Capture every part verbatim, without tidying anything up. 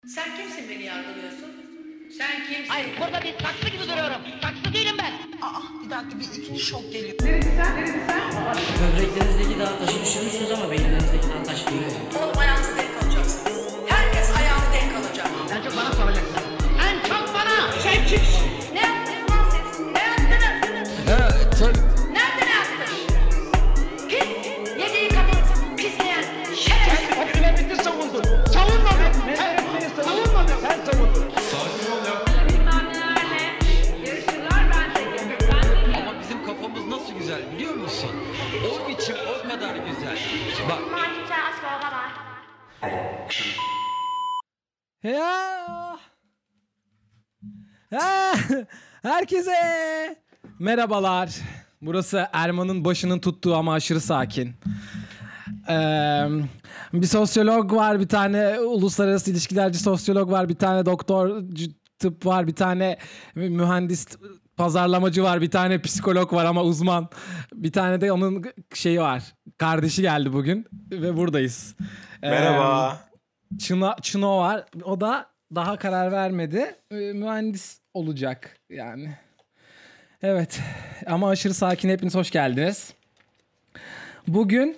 Sen kimsin beni yargılıyorsun? Sen kimsin? Hayır, burada bir saksı gibi duruyorum. Saksı değilim ben. Aa, bir dakika, bir ikinci şok geliyor. Neresi sen? Neresi sen? Böbreklerinizdeki daha taşı düşürmüşsünüz ama beyinlerinizdeki daha taş değil. Oğlum ayağınızı denk alacaksınız. Herkes ayağını denk alacak. En çok bana soracaksın. En çok bana. Sen kimsin? Ne yaptınız lan siz? Ne yaptınız? Evet, sen... Nerede ne yaptınız? Pis, yediği kadın pisleyen şerefsiz. Sen Abdülhamit'i savundun. Savunmadın. Sen savunmadın. Sen savundun. Bilmem nelerle yarışırlar ben de görürüm. Ama bizim kafamız nasıl güzel biliyor musun? O biçim o kadar güzel. Bak. Ya. Ha, herkese merhabalar. Burası Erman'ın başının tuttuğu ama aşırı sakin. Ee, bir sosyolog var, bir tane uluslararası ilişkilerci sosyolog var, bir tane doktor tıp var, bir tane mühendis pazarlamacı var, bir tane psikolog var ama uzman. Bir tane de onun şeyi var. Kardeşi geldi bugün ve buradayız. Ee, Merhaba. Çıno, Çıno var. O da daha karar vermedi. Ee, mühendis olacak yani. Evet. Ama aşırı sakin. Hepiniz hoş geldiniz. Bugün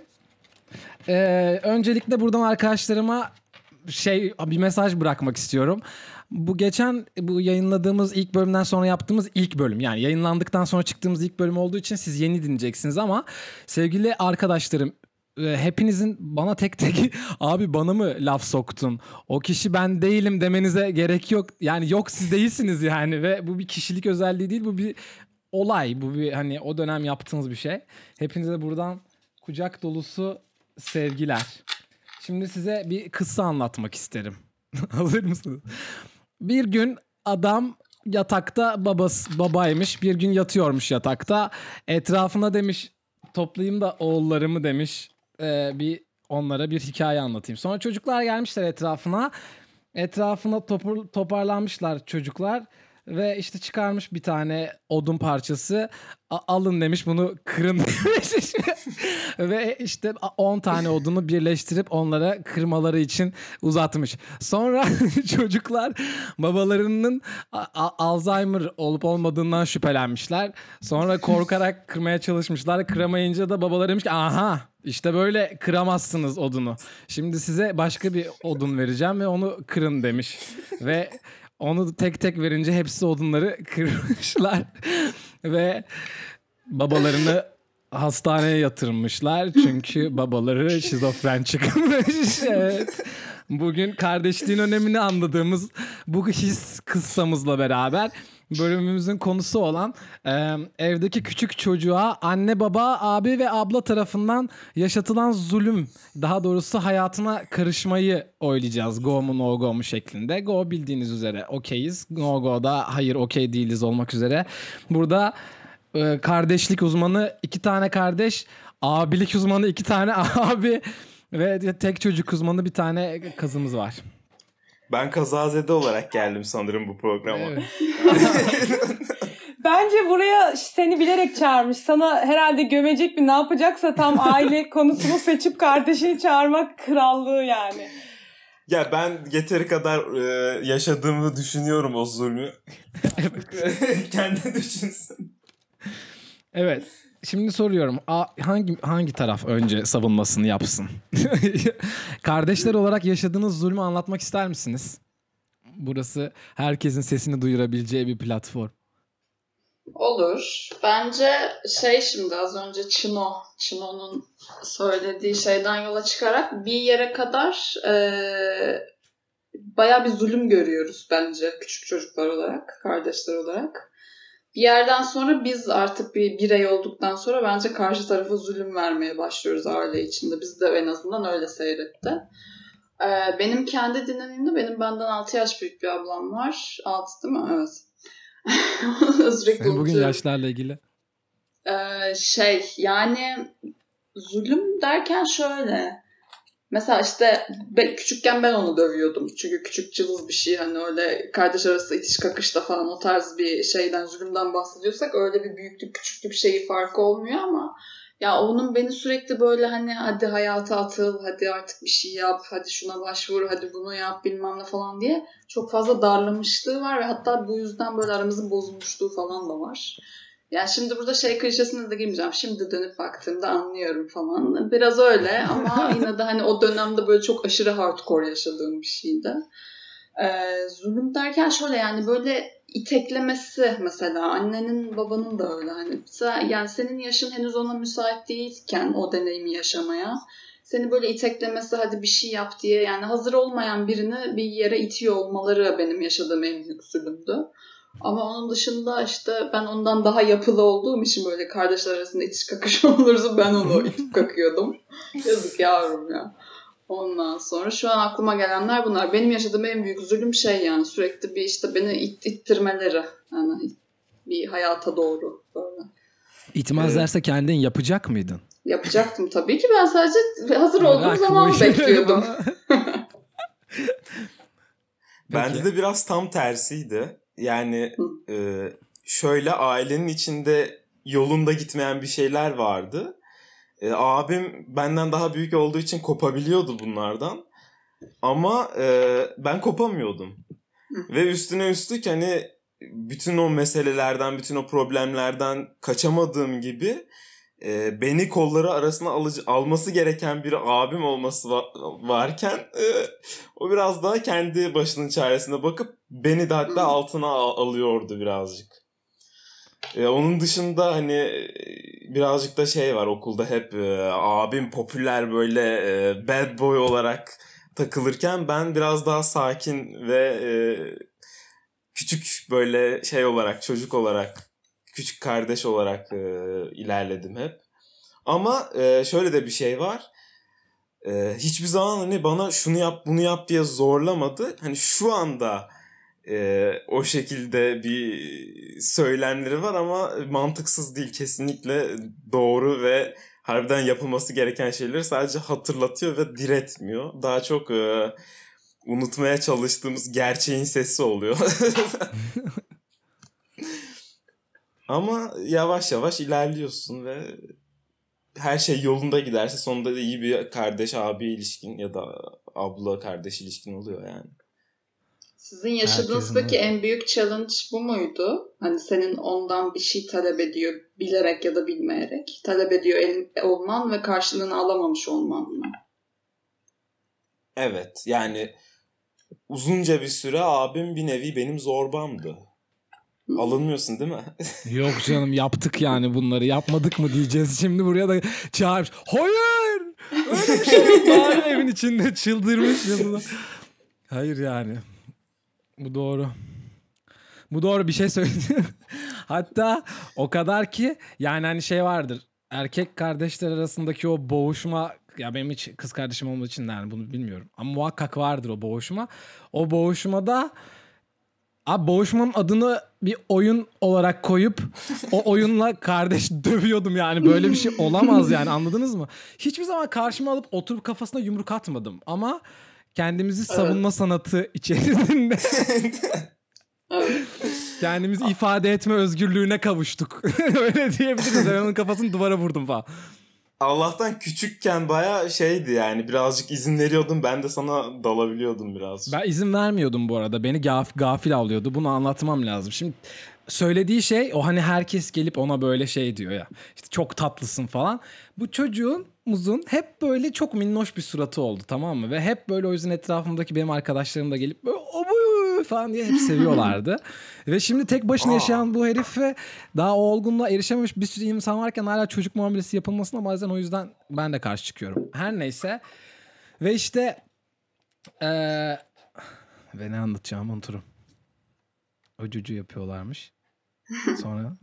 e, öncelikle buradan arkadaşlarıma şey bir mesaj bırakmak istiyorum. Bu geçen bu yayınladığımız ilk bölümden sonra yaptığımız ilk bölüm. Yani yayınlandıktan sonra çıktığımız ilk bölüm olduğu için siz yeni dinleyeceksiniz ama sevgili arkadaşlarım, hepinizin bana tek tek abi bana mı laf soktun? O kişi ben değilim demenize gerek yok. Yani yok, siz değilsiniz yani ve bu bir kişilik özelliği değil, bu bir olay. Bu bir hani o dönem yaptığınız bir şey. Hepinize buradan kucak dolusu sevgiler. Şimdi size bir kıssa anlatmak isterim. Hazır mısınız? Bir gün adam yatakta babası babaymış. Bir gün yatıyormuş yatakta. Etrafına demiş toplayayım da oğullarımı demiş. Ee, bir onlara bir hikaye anlatayım. Sonra çocuklar gelmişler etrafına. Etrafına topur, toparlanmışlar çocuklar. Ve işte çıkarmış bir tane odun parçası. A- alın demiş, bunu kırın demiş. Ve işte on tane odunu birleştirip onlara kırmaları için uzatmış. Sonra çocuklar babalarının a- a- Alzheimer olup olmadığından şüphelenmişler. Sonra korkarak kırmaya çalışmışlar. Kıramayınca da babaları demiş ki aha işte böyle kıramazsınız odunu. Şimdi size başka bir odun vereceğim ve onu kırın demiş. Ve onu tek tek verince hepsi odunları kırmışlar ve babalarını hastaneye yatırmışlar çünkü babaları şizofren çıkmış. Evet. Bugün kardeşliğin önemini anladığımız bu his kıssamızla beraber bölümümüzün konusu olan e, evdeki küçük çocuğa anne baba abi ve abla tarafından yaşatılan zulüm, daha doğrusu hayatına karışmayı oylayacağız. Go mu no go mu şeklinde. Go bildiğiniz üzere okeyiz. No go da hayır okey değiliz olmak üzere. Burada e, kardeşlik uzmanı iki tane kardeş, abilik uzmanı iki tane abi ve tek çocuk uzmanı bir tane kızımız var. Ben kazazede olarak geldim sanırım bu programa. Evet. Bence buraya seni bilerek çağırmış. Sana herhalde gömecek mi, ne yapacaksa tam aile konusunu seçip kardeşini çağırmak krallığı yani. Ya ben yeteri kadar e, yaşadığımı düşünüyorum o zulmü. Kendi düşünsün. Evet. Şimdi soruyorum. A- hangi hangi taraf önce savunmasını yapsın? Kardeşler olarak yaşadığınız zulmü anlatmak ister misiniz? Burası herkesin sesini duyurabileceği bir platform. Olur. Bence şey şimdi az önce Çıno, Çıno'nun söylediği şeyden yola çıkarak bir yere kadar e, bayağı bir zulüm görüyoruz bence küçük çocuklar olarak, kardeşler olarak. Bir yerden sonra biz artık bir birey olduktan sonra bence karşı tarafa zulüm vermeye başlıyoruz aile içinde. Biz de en azından öyle seyretti. Ee, benim kendi dinamimde benim benden altı yaş büyük bir ablam var. altı değil mi? Evet. Sen bugün yaşlarla ilgili. Ee, şey yani zulüm derken şöyle. Mesela işte ben, küçükken ben onu dövüyordum. Çünkü küçük cılız bir şey, hani öyle kardeş arası itiş kakışta falan o tarz bir şeyden, zulümden bahsediyorsak öyle bir büyüklük küçüklük şeyi farkı olmuyor ama Ya onun beni sürekli böyle hani hadi hayata atıl, hadi artık bir şey yap, hadi şuna başvur, hadi bunu yap bilmem ne falan diye çok fazla darlamışlığı var ve hatta bu yüzden böyle aramızın bozulmuşluğu falan da var. Yani şimdi burada şey klişesine de girmeyeceğim. Şimdi dönüp baktığımda anlıyorum falan. Biraz öyle ama yine de hani o dönemde böyle çok aşırı hardcore yaşadığım bir şeydi. Ee, zulüm derken şöyle yani böyle iteklemesi mesela annenin babanın da öyle hani yani senin yaşın henüz ona müsait değilken o deneyimi yaşamaya seni böyle iteklemesi hadi bir şey yap diye yani hazır olmayan birini bir yere itiyor olmaları benim yaşadığım en büyük zulümdü. Ama onun dışında işte ben ondan daha yapılı olduğum için böyle kardeşler arasında itiş kakış olursa ben onu itip kakıyordum. Yazık yavrum ya. Ondan sonra şu an aklıma gelenler bunlar. Benim yaşadığım en büyük zulüm şey yani sürekli bir işte beni it, ittirmeleri. Yani bir hayata doğru böyle. İtmezlerse kendin yapacak mıydın? Yapacaktım tabii ki. Ben sadece hazır olduğum Bırak zaman bu bekliyordum. Bende de biraz tam tersiydi. Yani e, şöyle ailenin içinde yolunda gitmeyen bir şeyler vardı. E, abim benden daha büyük olduğu için kopabiliyordu bunlardan. Ama e, ben kopamıyordum. Ve üstüne üstlük hani bütün o meselelerden, bütün o problemlerden kaçamadığım gibi e, beni kolları arasına alıcı, alması gereken bir abim olması va- varken e, o biraz daha kendi başının çaresine bakıp beni de hatta altına al- alıyordu birazcık. E, onun dışında hani e, birazcık da şey var okulda hep e, abim popüler böyle e, bad boy olarak takılırken ben biraz daha sakin ve e, küçük böyle şey olarak çocuk olarak küçük kardeş olarak e, ilerledim hep. Ama e, şöyle de bir şey var. E, hiçbir zaman hani bana şunu yap bunu yap diye zorlamadı. Hani şu anda e, o şekilde bir söylemleri var ama mantıksız değil. Kesinlikle doğru ve harbiden yapılması gereken şeyleri sadece hatırlatıyor ve diretmiyor. Daha çok e, unutmaya çalıştığımız gerçeğin sesi oluyor. Ama yavaş yavaş ilerliyorsun ve her şey yolunda giderse sonunda da iyi bir kardeş abi ilişkin ya da abla kardeş ilişkin oluyor yani. Sizin yaşadığınız peki en büyük challenge bu muydu? Hani senin ondan bir şey talep ediyor bilerek ya da bilmeyerek talep ediyor elin, olman ve karşılığını alamamış olman mı? Evet yani uzunca bir süre abim bir nevi benim zorbamdı. Alınmıyorsun değil mi? Yok canım yaptık yani bunları. Yapmadık mı diyeceğiz. Şimdi buraya da çağırmış. Hayır! Öyle bir şey yok. Bari evin içinde çıldırmış. Yazıda. Hayır yani. Bu doğru. Bu doğru bir şey söyleyeceğim. Hatta o kadar ki yani hani şey vardır. Erkek kardeşler arasındaki o boğuşma ya benim hiç kız kardeşim olmadığı için yani bunu bilmiyorum. Ama muhakkak vardır o boğuşma. O boğuşmada abi boğuşmanın adını bir oyun olarak koyup o oyunla kardeş dövüyordum yani böyle bir şey olamaz yani anladınız mı? Hiçbir zaman karşıma alıp oturup kafasına yumruk atmadım ama kendimizi savunma evet. sanatı içerisinde kendimizi ifade etme özgürlüğüne kavuştuk. Öyle diyebiliriz. Ben onun kafasını duvara vurdum falan. Allah'tan küçükken bayağı şeydi yani birazcık izin veriyordum ben de sana dalabiliyordum biraz. Ben izin vermiyordum bu arada beni gaf, gafil avlıyordu bunu anlatmam lazım. Şimdi söylediği şey o hani herkes gelip ona böyle şey diyor ya işte çok tatlısın falan. Bu çocuğun muzun hep böyle çok minnoş bir suratı oldu tamam mı? Ve hep böyle o yüzden etrafımdaki benim arkadaşlarım da gelip böyle falan diye hep seviyorlardı. Ve şimdi tek başına yaşayan bu herif ve daha o olgunluğa erişememiş bir sürü insan varken hala çocuk muamelesi yapılmasına bazen o yüzden ben de karşı çıkıyorum. Her neyse. Ve işte ee, ve ne anlatacağımı unuturum. Öcücü yapıyorlarmış. Sonra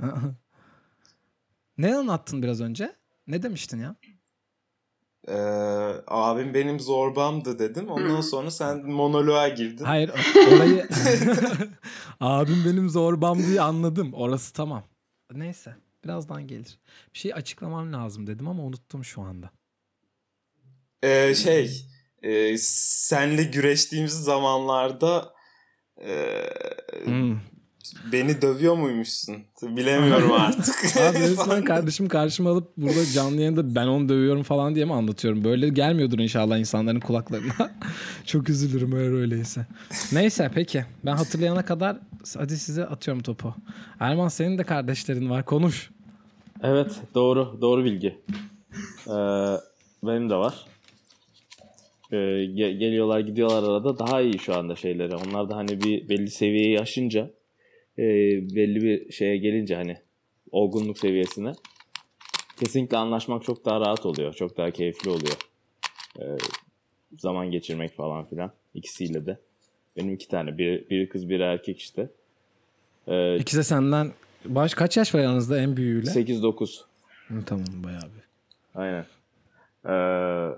ne anlattın biraz önce? Ne demiştin ya? Ee, abim benim zorbamdı dedim. Ondan sonra sen monoloğa girdin. Hayır orayı abim benim zorbam diye anladım. Orası tamam. Neyse birazdan gelir. Bir şey açıklamam lazım dedim ama unuttum şu anda. Ee, şey e, senle güreştiğimiz zamanlarda e, hmm. Beni dövüyor muymuşsun? Bilemiyorum artık. Abi resmen kardeşim karşıma alıp burada canlı yayında ben onu dövüyorum falan diye mi anlatıyorum? Böyle gelmiyordur inşallah insanların kulaklarına. Çok üzülürüm eğer öyleyse. Neyse peki. Ben hatırlayana kadar hadi size atıyorum topu. Erman senin de kardeşlerin var. Konuş. Evet doğru. Doğru bilgi. Ee, benim de var. Ee, ge- geliyorlar gidiyorlar arada. Daha iyi şu anda şeyleri. Onlar da hani bir belli seviyeyi aşınca e, belli bir şeye gelince hani olgunluk seviyesine kesinlikle anlaşmak çok daha rahat oluyor. Çok daha keyifli oluyor. Ee, zaman geçirmek falan filan. İkisiyle de. Benim iki tane. Biri, biri kız biri erkek işte. Ee, İkisi de senden baş kaç yaş var yanınızda en büyüğüyle? sekiz dokuz. Hı, tamam bayağı bir. Aynen. Ee,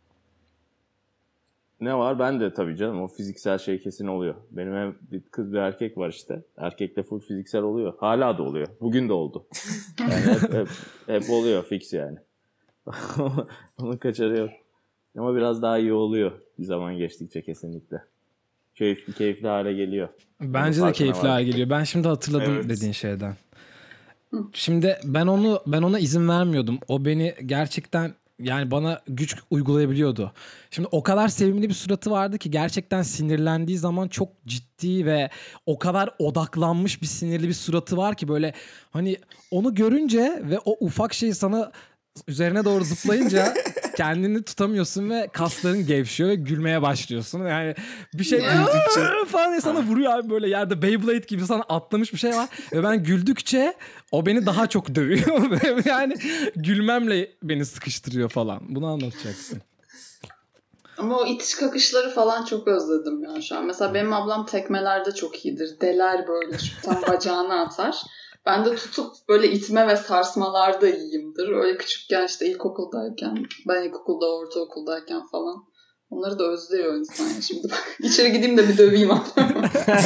ne var? Ben de tabii canım o fiziksel şey kesin oluyor. Benim hem bir kız bir erkek var işte. Erkekle full fiziksel oluyor. Hala da oluyor. Bugün de oldu. Yani hep, hep, hep oluyor fix yani. Onun kaçarı yok. Ama biraz daha iyi oluyor bir zaman geçtikçe kesinlikle. Keyifli, keyifli hale geliyor. Bence de keyifli hale geliyor. Ben şimdi hatırladım evet. dediğin şeyden. Şimdi ben onu ben ona izin vermiyordum. O beni gerçekten yani bana güç uygulayabiliyordu. Şimdi o kadar sevimli bir suratı vardı ki gerçekten sinirlendiği zaman çok ciddi ve o kadar odaklanmış bir sinirli bir suratı var ki böyle hani onu görünce ve o ufak şey sana üzerine doğru zıplayınca kendini tutamıyorsun ve kasların gevşiyor ve gülmeye başlıyorsun. Yani bir şey falan diye sana vuruyor abi böyle yerde Beyblade gibi sana atlamış bir şey var ve ben güldükçe o beni daha çok dövüyor. Yani gülmemle beni sıkıştırıyor falan. Bunu anlatacaksın. Ama o itiş kakışları falan çok özledim ya şu an. Mesela benim ablam tekmelerde çok iyidir. Deler böyle tam bacağına atar. Ben de tutup böyle itme ve sarsmalarda iyiyimdir. Öyle küçükken işte ilkokuldayken, ben ilkokulda, ortaokuldayken falan. Onları da özlüyor insan ya. Şimdi bak içeri gideyim de bir döveyim ablamı.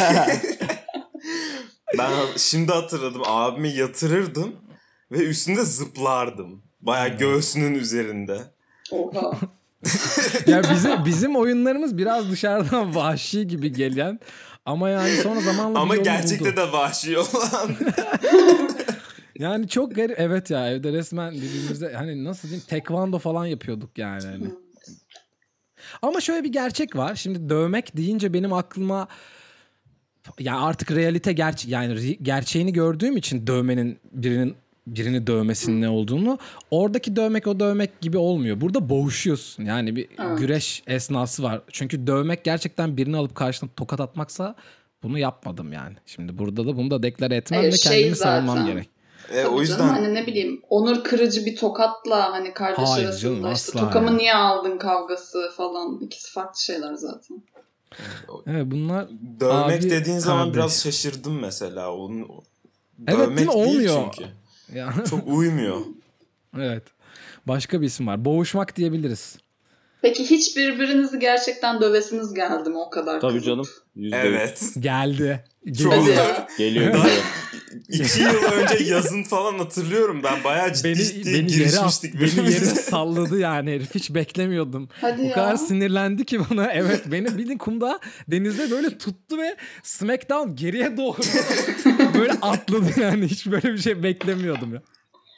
Ben şimdi hatırladım. Abimi yatırırdım ve üstünde zıplardım. Bayağı göğsünün üzerinde. Oha. Ya bizim bizim oyunlarımız biraz dışarıdan vahşi gibi gelen ama yani sonra zamanla ama bir gerçekte buldu. de vahşi olan. Yani çok garip. Evet ya evde resmen birbirimize hani nasıl diyeyim tekvando falan yapıyorduk yani. Hani. Ama şöyle bir gerçek var. Şimdi dövmek deyince benim aklıma ya artık realite gerçek yani gerçeğini gördüğüm için dövmenin birinin birini dövmesinin ne olduğunu oradaki dövmek o dövmek gibi olmuyor. Burada boğuşuyorsun. Yani bir evet. güreş esnası var. Çünkü dövmek gerçekten birini alıp karşına tokat atmaksa bunu yapmadım yani. Şimdi burada da bunu da deklare etmem Hayır, ve şey kendimi zaten. savunmam gerek. E, o yüzden canım, hani ne bileyim onur kırıcı bir tokatla hani kardeş Hayır, arasında canım, işte asla tokamı yani. Niye aldın kavgası falan ikisi farklı şeyler zaten. Evet bunlar dövmek abi, dediğin zaman kardeş. biraz şaşırdım mesela. Onun evet, dövmek değil mi? Olmuyor. değil çünkü. Ya. Çok uymuyor. Evet. Başka bir isim var. Boğuşmak diyebiliriz. Peki hiç birbirinizi gerçekten dövesiniz geldi mi o kadar? Tabii kızım? canım. yüzde yüz. Evet. Geldi. Çok ya. Geliyor. Daha iki yıl önce yazın falan hatırlıyorum. Ben bayağı ciddi beni, ciddi beni girişmiştik. Yere, beni yere salladı yani herif. Hiç beklemiyordum. Hadi o ya. kadar sinirlendi ki bana. Evet beni bildiğin kumda denizde böyle tuttu ve smackdown geriye doğru böyle atladı yani. Hiç böyle bir şey beklemiyordum ya.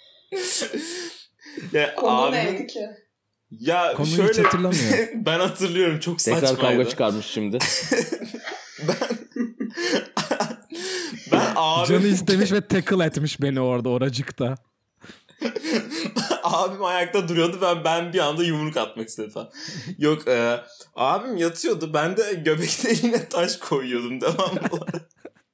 Ya Konu abi, neydi ki? Ya Konuyu şöyle hiç hatırlamıyorum. ben hatırlıyorum çok saçmaydı. Tekrar kavga çıkarmış şimdi. ben ben abi Canı istemiş ve tackle etmiş beni orada oracıkta. abim ayakta duruyordu ben ben bir anda yumruk atmak istedim falan. Yok e, abim yatıyordu ben de göbeklerine taş koyuyordum devamlı olarak.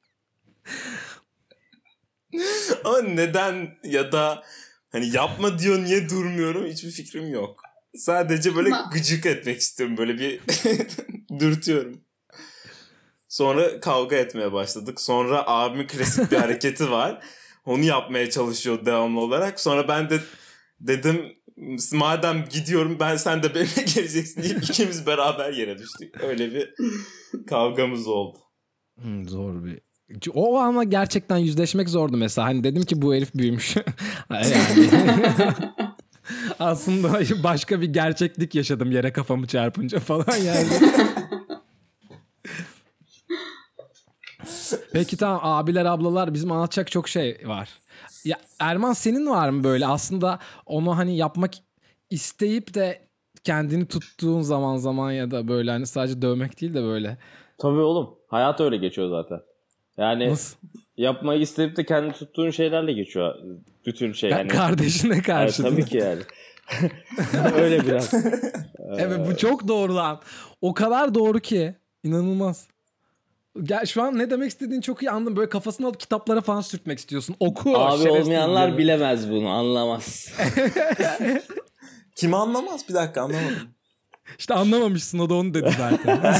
Ama neden ya da hani yapma diyor niye durmuyorum hiçbir fikrim yok. Sadece böyle Ama... gıcık etmek istiyorum böyle bir dürtüyorum. Sonra kavga etmeye başladık. Sonra abimin klasik bir hareketi var. Onu yapmaya çalışıyor devamlı olarak. Sonra ben de dedim madem gidiyorum ben sen de benimle geleceksin deyip ikimiz beraber yere düştük. Öyle bir kavgamız oldu. Hmm, zor bir. O ama gerçekten yüzleşmek zordu mesela. Hani dedim ki bu herif büyümüş. Yani aslında başka bir gerçeklik yaşadım yere kafamı çarpınca falan yani. Peki tamam, abiler ablalar, bizim anlatacak çok şey var. Ya Erman, senin var mı böyle aslında onu hani yapmak isteyip de kendini tuttuğun zaman zaman ya da böyle hani sadece dövmek değil de böyle. Tabii oğlum. Hayat öyle geçiyor zaten. Yani Nasıl? yapmayı isteyip de kendi tuttuğun şeylerle geçiyor. Bütün şey Ya yani. kardeşine karşı. Evet, tabii ki yani. Öyle biraz. Evet, bu çok doğru lan. O kadar doğru ki. İnanılmaz. Gel, şu an ne demek istediğini çok iyi anladım. Böyle kafasını alıp kitaplara falan sürtmek istiyorsun. Oku. Abi şerefsiz olmayanlar diye. bilemez bunu, anlamaz. Kim anlamaz? Bir dakika, anlamadım. İşte anlamamışsın, o da onu dedi zaten.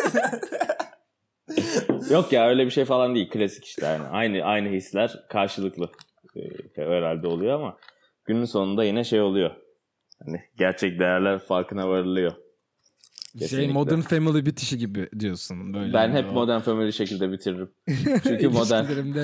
Yok ya, öyle bir şey falan değil. Klasik işte yani. Aynı aynı hisler karşılıklı ee, herhalde oluyor ama günün sonunda yine şey oluyor. Hani gerçek değerler farkına varılıyor. Şey, Kesinlikle. Modern Family bitişi gibi diyorsun böyle. Ben yani hep o. Modern Family şekilde bitiririm. Çünkü modern. İlişkilerimde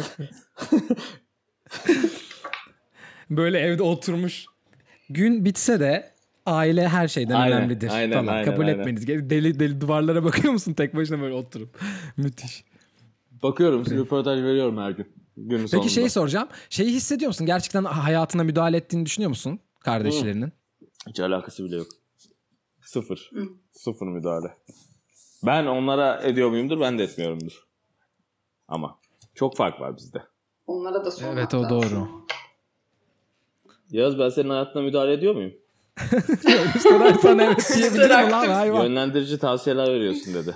böyle evde oturmuş. Gün bitse de aile her şeyden Aynen, önemlidir aynen, falan. aynen, Kabul aynen. etmeniz gerekiyor. Deli deli duvarlara bakıyor musun tek başına böyle oturup? Müthiş. Bakıyorum, röportaj veriyorum her gün. Günün sonunda. Peki şeyi soracağım. Şeyi hissediyor musun? Gerçekten hayatına müdahale ettiğini düşünüyor musun kardeşlerinin? Hiç alakası bile yok. Sıfır. Sıfır müdahale. Ben onlara ediyor muyumdur? Ben de etmiyorumdur. Ama çok fark var bizde. Onlara da sormak Evet, o lazım. doğru. Yaz, ben senin hayatına müdahale ediyor muyum? Sorarsan evet diyebilirim lan hayvan. Yönlendirici tavsiyeler veriyorsun dedi.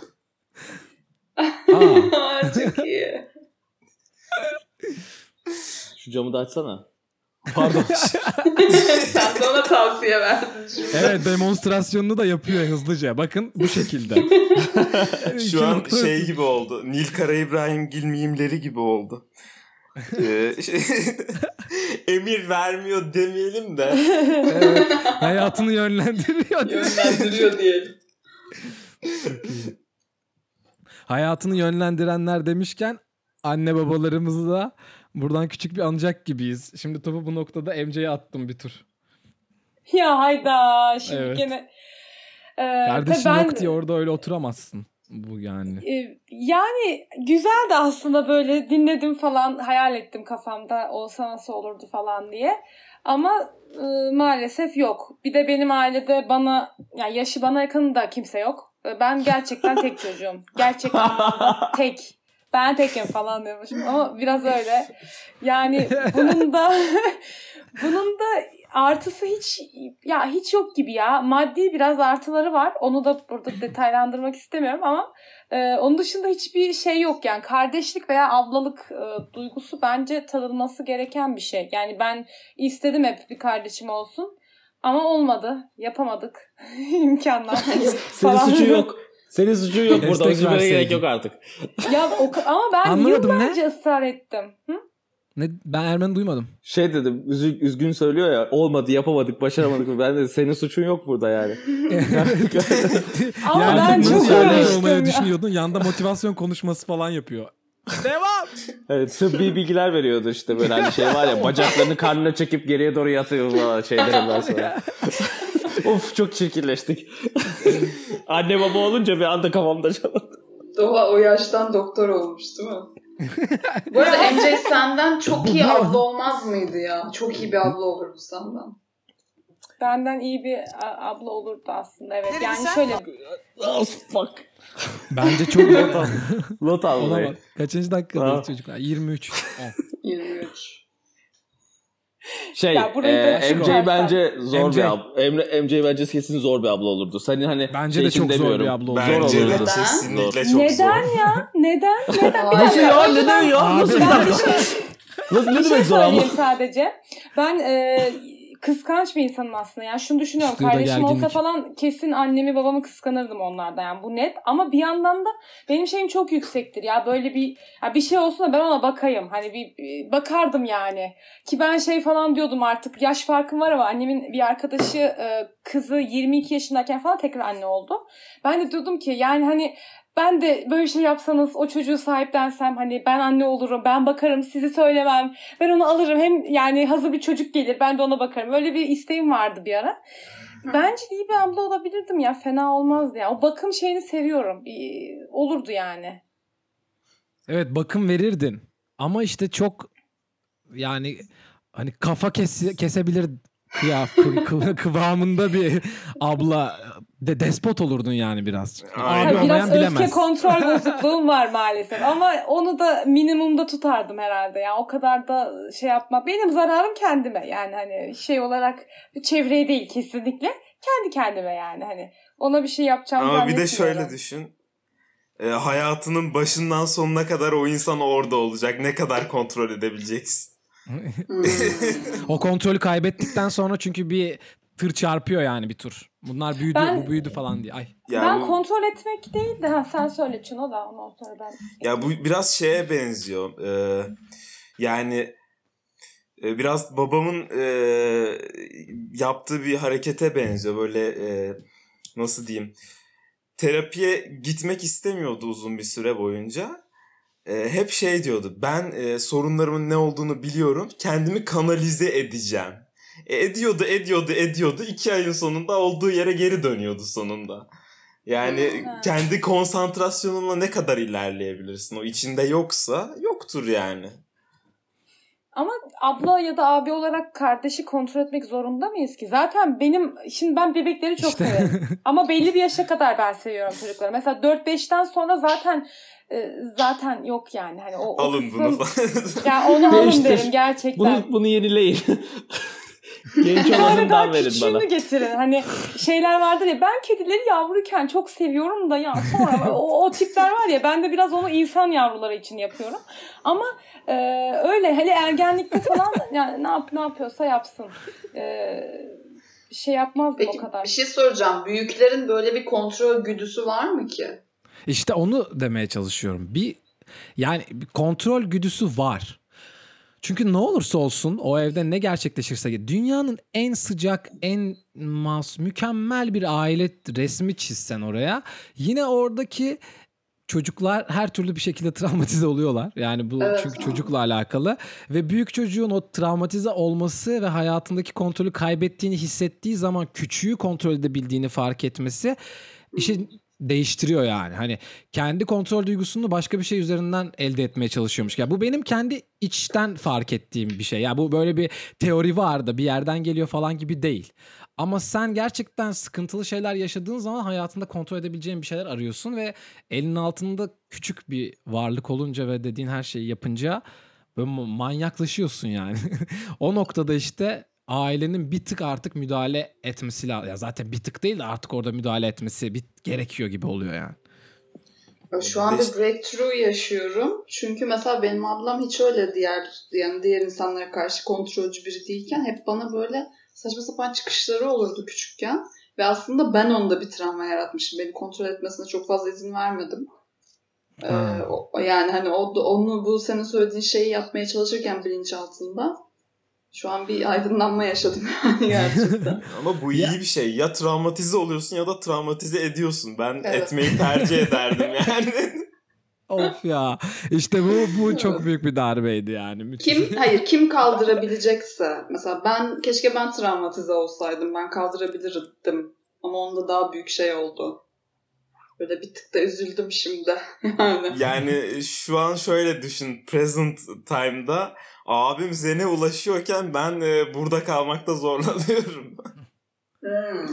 Aa. Çok iyi. Şu camı da açsana. Pardon. Sen de ona tavsiye verdin şimdi. Evet, demonstrasyonunu da yapıyor hızlıca. Bakın bu şekilde. Şu an şey gibi oldu. Nil Kara İbrahimgil mimleri gibi oldu. Ee, şey, emir vermiyor demeyelim de. Evet, hayatını yönlendiriyor. Yönlendiriyor diyelim. Hayatını yönlendirenler demişken anne babalarımızı da buradan küçük bir anacak gibiyiz. Şimdi topu bu noktada M C'ye attım bir tur. Ya hayda şimdi Evet. gene. Ee, Kardeşin tabii ben- yok diye orada öyle oturamazsın. Bu yani. Ee, Yani güzeldi aslında, böyle dinledim falan, hayal ettim kafamda olsa nasıl olurdu falan diye. Ama e, maalesef yok. Bir de benim ailede bana, yani yaşı bana yakın da kimse yok. E, Ben gerçekten tek çocuğum. Gerçekten tek. Ben tekim falan diyormuşum ama biraz öyle. Yani bunun da bunun da artısı hiç ya hiç yok gibi ya. Maddi biraz artıları var. Onu da burada detaylandırmak istemiyorum ama e, onun dışında hiçbir şey yok yani. Kardeşlik veya ablalık e, duygusu bence tadılması gereken bir şey. Yani ben istedim hep bir kardeşim olsun ama olmadı. Yapamadık. İmkanlar. Senin falan. suçun yok. Senin suçun yok burada. Destek Üzülmene verseydin. gerek yok artık. Ya o, ama ben Anlamadım, yıllarca ısrar ettim. Hı? Ne, ben Ermen'i duymadım. Şey dedim, üzü- üzgün söylüyor ya, olmadı, yapamadık, başaramadık. Ben de senin suçun yok burada yani. Ama yani ben nasıl çok yardımcı uğraştım olmayı ya. düşünüyordun. Yanda motivasyon konuşması falan yapıyor. Devam. Evet, tıbbi bilgiler veriyordu işte, böyle hani şey var ya, bacaklarını karnına çekip geriye doğru yatıyor falan şeylerinden sonra. Of, çok çirkinleştik. Anne baba olunca bir anda kafamda çaldı. Doğa o yaştan doktor olmuş değil mi? Bu arada M J senden çok iyi abla olmaz mıydı ya? Çok iyi bir abla olurdu senden. Benden iyi bir a- abla olurdu aslında, evet. Ne Yani dedin sen? şöyle Oh fuck. Bence çok Lot al Olamaz. burayı. Kaçıncı dakikadayız Ha. çocuklar? yirmi üç. yirmi üç. Şey, Ya burayı da e, açık M J olsa. bence zor M J. bir abla. Emre, M J bence kesin zor bir abla olurdu. Senin hani Bence şey de için çok zor demiyorum. bir abla olurdu. Zor Bence de olurdu. kesinlikle Zor. çok neden zor. ya? Neden? Neden? Nasıl ya? Önceden- Neden ya? Abi, Nasıl bir Ben bir dakika? şey, Nasıl, ne bir şey demek zor abla? söyleyeyim sadece. Ben e, kıskanç bir insanım aslında. Yani şunu düşünüyorum. Stüdyoda Kardeşim olsa gerginlik. falan kesin annemi babamı kıskanırdım onlardan. Yani bu net. Ama bir yandan da benim şeyim çok yüksektir. Ya böyle bir ya bir şey olsun da ben ona bakayım. Hani bir, bir bakardım yani. Ki ben şey falan diyordum, artık yaş farkım var ama annemin bir arkadaşı e, kızı yirmi iki yaşındayken falan tekrar anne oldu. Ben de diyordum ki yani hani ben de böyle şey yapsanız, o çocuğu sahiplensem, hani ben anne olurum, ben bakarım, sizi söylemem, ben onu alırım, hem yani hazır bir çocuk gelir, ben de ona bakarım. Öyle bir isteğim vardı bir ara. Bence iyi bir abla olabilirdim ya, fena olmazdı ya. O bakım şeyini seviyorum. İyi, olurdu yani. Evet, bakım verirdin. Ama işte çok yani hani kafa kes, kesebilir kıyaf, kı, kı, kıvamında bir abla de despot olurdun yani biraz. Aynen. Abi Ha, biraz olmayan öfke bilemez. kontrol bozukluğum var maalesef. Ama onu da minimumda tutardım herhalde. Yani o kadar da şey yapmak. Benim zararım kendime. Yani hani şey olarak çevreye değil kesinlikle. Kendi kendime yani hani. Ona bir şey yapacağım Ama bir zannetmiyorum. de şöyle düşün. E, hayatının başından sonuna kadar o insan orada olacak. Ne kadar kontrol edebileceksin? O kontrolü kaybettikten sonra çünkü bir tır çarpıyor yani bir tur. Bunlar büyüdü, Ben- bu büyüdü falan diye. Ay. Ya ben bu, kontrol etmek değil de ha, sen söyle Çino da ondan sonra ben. ya bu biraz şeye benziyor. E, yani e, biraz babamın e, yaptığı bir harekete benziyor. Böyle e, nasıl diyeyim? Terapiye gitmek istemiyordu uzun bir süre boyunca. Ee, hep şey diyordu. Ben e, sorunlarımın ne olduğunu biliyorum. Kendimi kanalize edeceğim. E, ediyordu, ediyordu, ediyordu. İki ayın sonunda olduğu yere geri dönüyordu sonunda. Yani Hmm. kendi konsantrasyonunla ne kadar ilerleyebilirsin? O içinde yoksa yoktur yani. Ama abla ya da abi olarak kardeşi kontrol etmek zorunda mıyız ki? Zaten benim, şimdi ben bebekleri çok İşte. severim. Ama belli bir yaşa kadar ben seviyorum çocukları. Mesela dört beşten sonra zaten e, zaten yok yani. Hani o, o Alın kısım, bunu falan. ya onu alın Değiştir. derim gerçekten. Bunu, bunu yenileyin. Genç Bir tane daha olanından verin küçüğünü bana. getirin. Hani şeyler vardır ya, ben kedileri yavruyken çok seviyorum da ya sonra o, o tipler var ya, ben de biraz onu insan yavruları için yapıyorum. Ama e, öyle hele ergenlikte falan yani ne yap ne yapıyorsa yapsın. E, bir şey yapmazdım Peki o kadar. bir şey soracağım. Büyüklerin böyle bir kontrol güdüsü var mı ki? İşte onu demeye çalışıyorum. Bir yani bir kontrol güdüsü var. Çünkü ne olursa olsun o evde ne gerçekleşirse dünyanın en sıcak, en mas, mükemmel bir aile resmi çizsen oraya, yine oradaki çocuklar her türlü bir şekilde travmatize oluyorlar. Yani bu Evet, çünkü tamam. çocukla alakalı ve büyük çocuğun o travmatize olması ve hayatındaki kontrolü kaybettiğini hissettiği zaman küçüğü kontrol edebildiğini fark etmesi işi değiştiriyor yani. Hani kendi kontrol duygusunu başka bir şey üzerinden elde etmeye çalışıyormuş. Ya bu benim kendi içten fark ettiğim bir şey. Ya bu böyle bir teori var da bir yerden geliyor falan gibi değil. Ama sen gerçekten sıkıntılı şeyler yaşadığın zaman hayatında kontrol edebileceğin bir şeyler arıyorsun ve elinin altında küçük bir varlık olunca ve dediğin her şeyi yapınca böyle manyaklaşıyorsun yani. O noktada işte ailenin bir tık artık müdahale etmesi lazım. Ya zaten bir tık değil de artık orada müdahale etmesi bir gerekiyor gibi oluyor yani. Şu an bir breakthrough yaşıyorum. Çünkü mesela benim ablam hiç öyle diğer yani diğer insanlara karşı kontrolcü biri değilken hep bana böyle saçma sapan çıkışları olurdu küçükken. Ve aslında ben onda bir travma yaratmışım. Beni kontrol etmesine çok fazla izin vermedim. Ee, o, yani hani o, onu bu senin söylediğin şeyi yapmaya çalışırken bilinçaltında şu an bir aydınlanma yaşadım yani gerçekten. Ama bu iyi Ya- bir şey. Ya travmatize oluyorsun ya da travmatize ediyorsun. Ben Evet. etmeyi tercih ederdim yani. Of ya. İşte bu bu çok büyük bir darbeydi yani. Müthiş. Kim hayır kim kaldırabilecekse mesela ben keşke ben travmatize olsaydım, ben kaldırabilirdim ama onda daha büyük şey oldu. Böyle bir tık da üzüldüm şimdi yani. Yani şu an şöyle düşün. Present time'da abim Zen'e ulaşıyorken ben e, burada kalmakta zorlanıyorum. Hmm.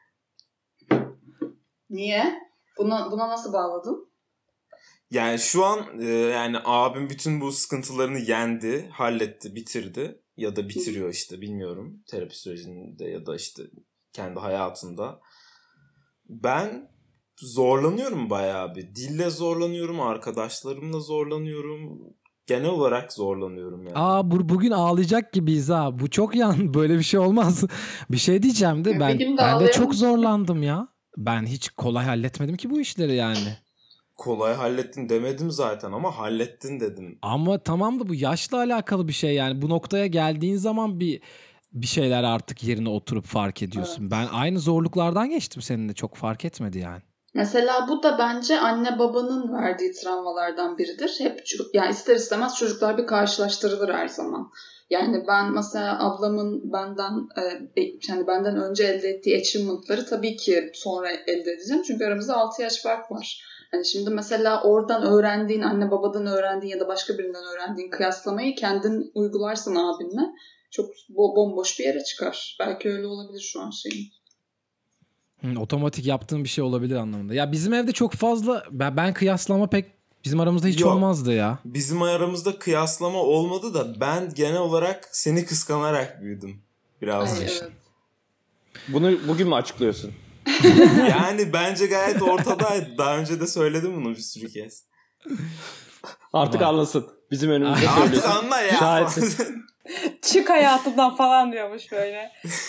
Niye? Buna buna nasıl bağladın? Yani şu an e, yani abim bütün bu sıkıntılarını yendi, halletti, bitirdi. Ya da bitiriyor işte, bilmiyorum. Terapi sürecinde ya da işte kendi hayatında. Ben zorlanıyorum bayağı bir. Dille zorlanıyorum, arkadaşlarımla zorlanıyorum. Genel olarak zorlanıyorum yani. Aa bu, bugün ağlayacak gibiyiz ha. Bu çok yan, böyle bir şey olmaz. Bir şey diyeceğim de Bir ben gün de ben de ağlayalım. çok zorlandım ya. Ben hiç kolay halletmedim ki bu işleri yani. Kolay hallettin demedim zaten ama hallettin dedim. Ama tamam da bu yaşla alakalı bir şey yani. Bu noktaya geldiğin zaman bir bir şeyler artık yerine oturup fark ediyorsun. Ben aynı zorluklardan geçtim seninle, çok fark etmedi yani. Mesela bu da bence anne babanın verdiği travmalardan biridir. Hep yani ister istemez çocuklar bir karşılaştırılır her zaman. Yani ben mesela ablamın benden e, yani benden önce elde ettiği achievement'ları tabii ki sonra elde edeceğim. Çünkü aramızda altı yaş fark var. Hani şimdi mesela oradan öğrendiğin, anne babadan öğrendiğin ya da başka birinden öğrendiğin kıyaslamayı kendin uygularsın abinle. Çok bo- bomboş bir yere çıkar. Belki öyle olabilir şu an şeyin. Hı, otomatik yaptığım bir şey olabilir anlamında. Ya bizim evde çok fazla ben, ben kıyaslama pek bizim aramızda hiç Yok. olmazdı ya. Bizim aramızda kıyaslama olmadı da ben genel olarak seni kıskanarak büyüdüm biraz. Ay, evet. Bunu bugün mü açıklıyorsun? Yani bence gayet ortadaydı. Daha önce de söyledim bunu bir sürü kez. Artık Var. anlasın. Bizim önümüzde Artık söylüyorsun. anla ya. Şahit. Çık hayatımdan falan diyormuş böyle.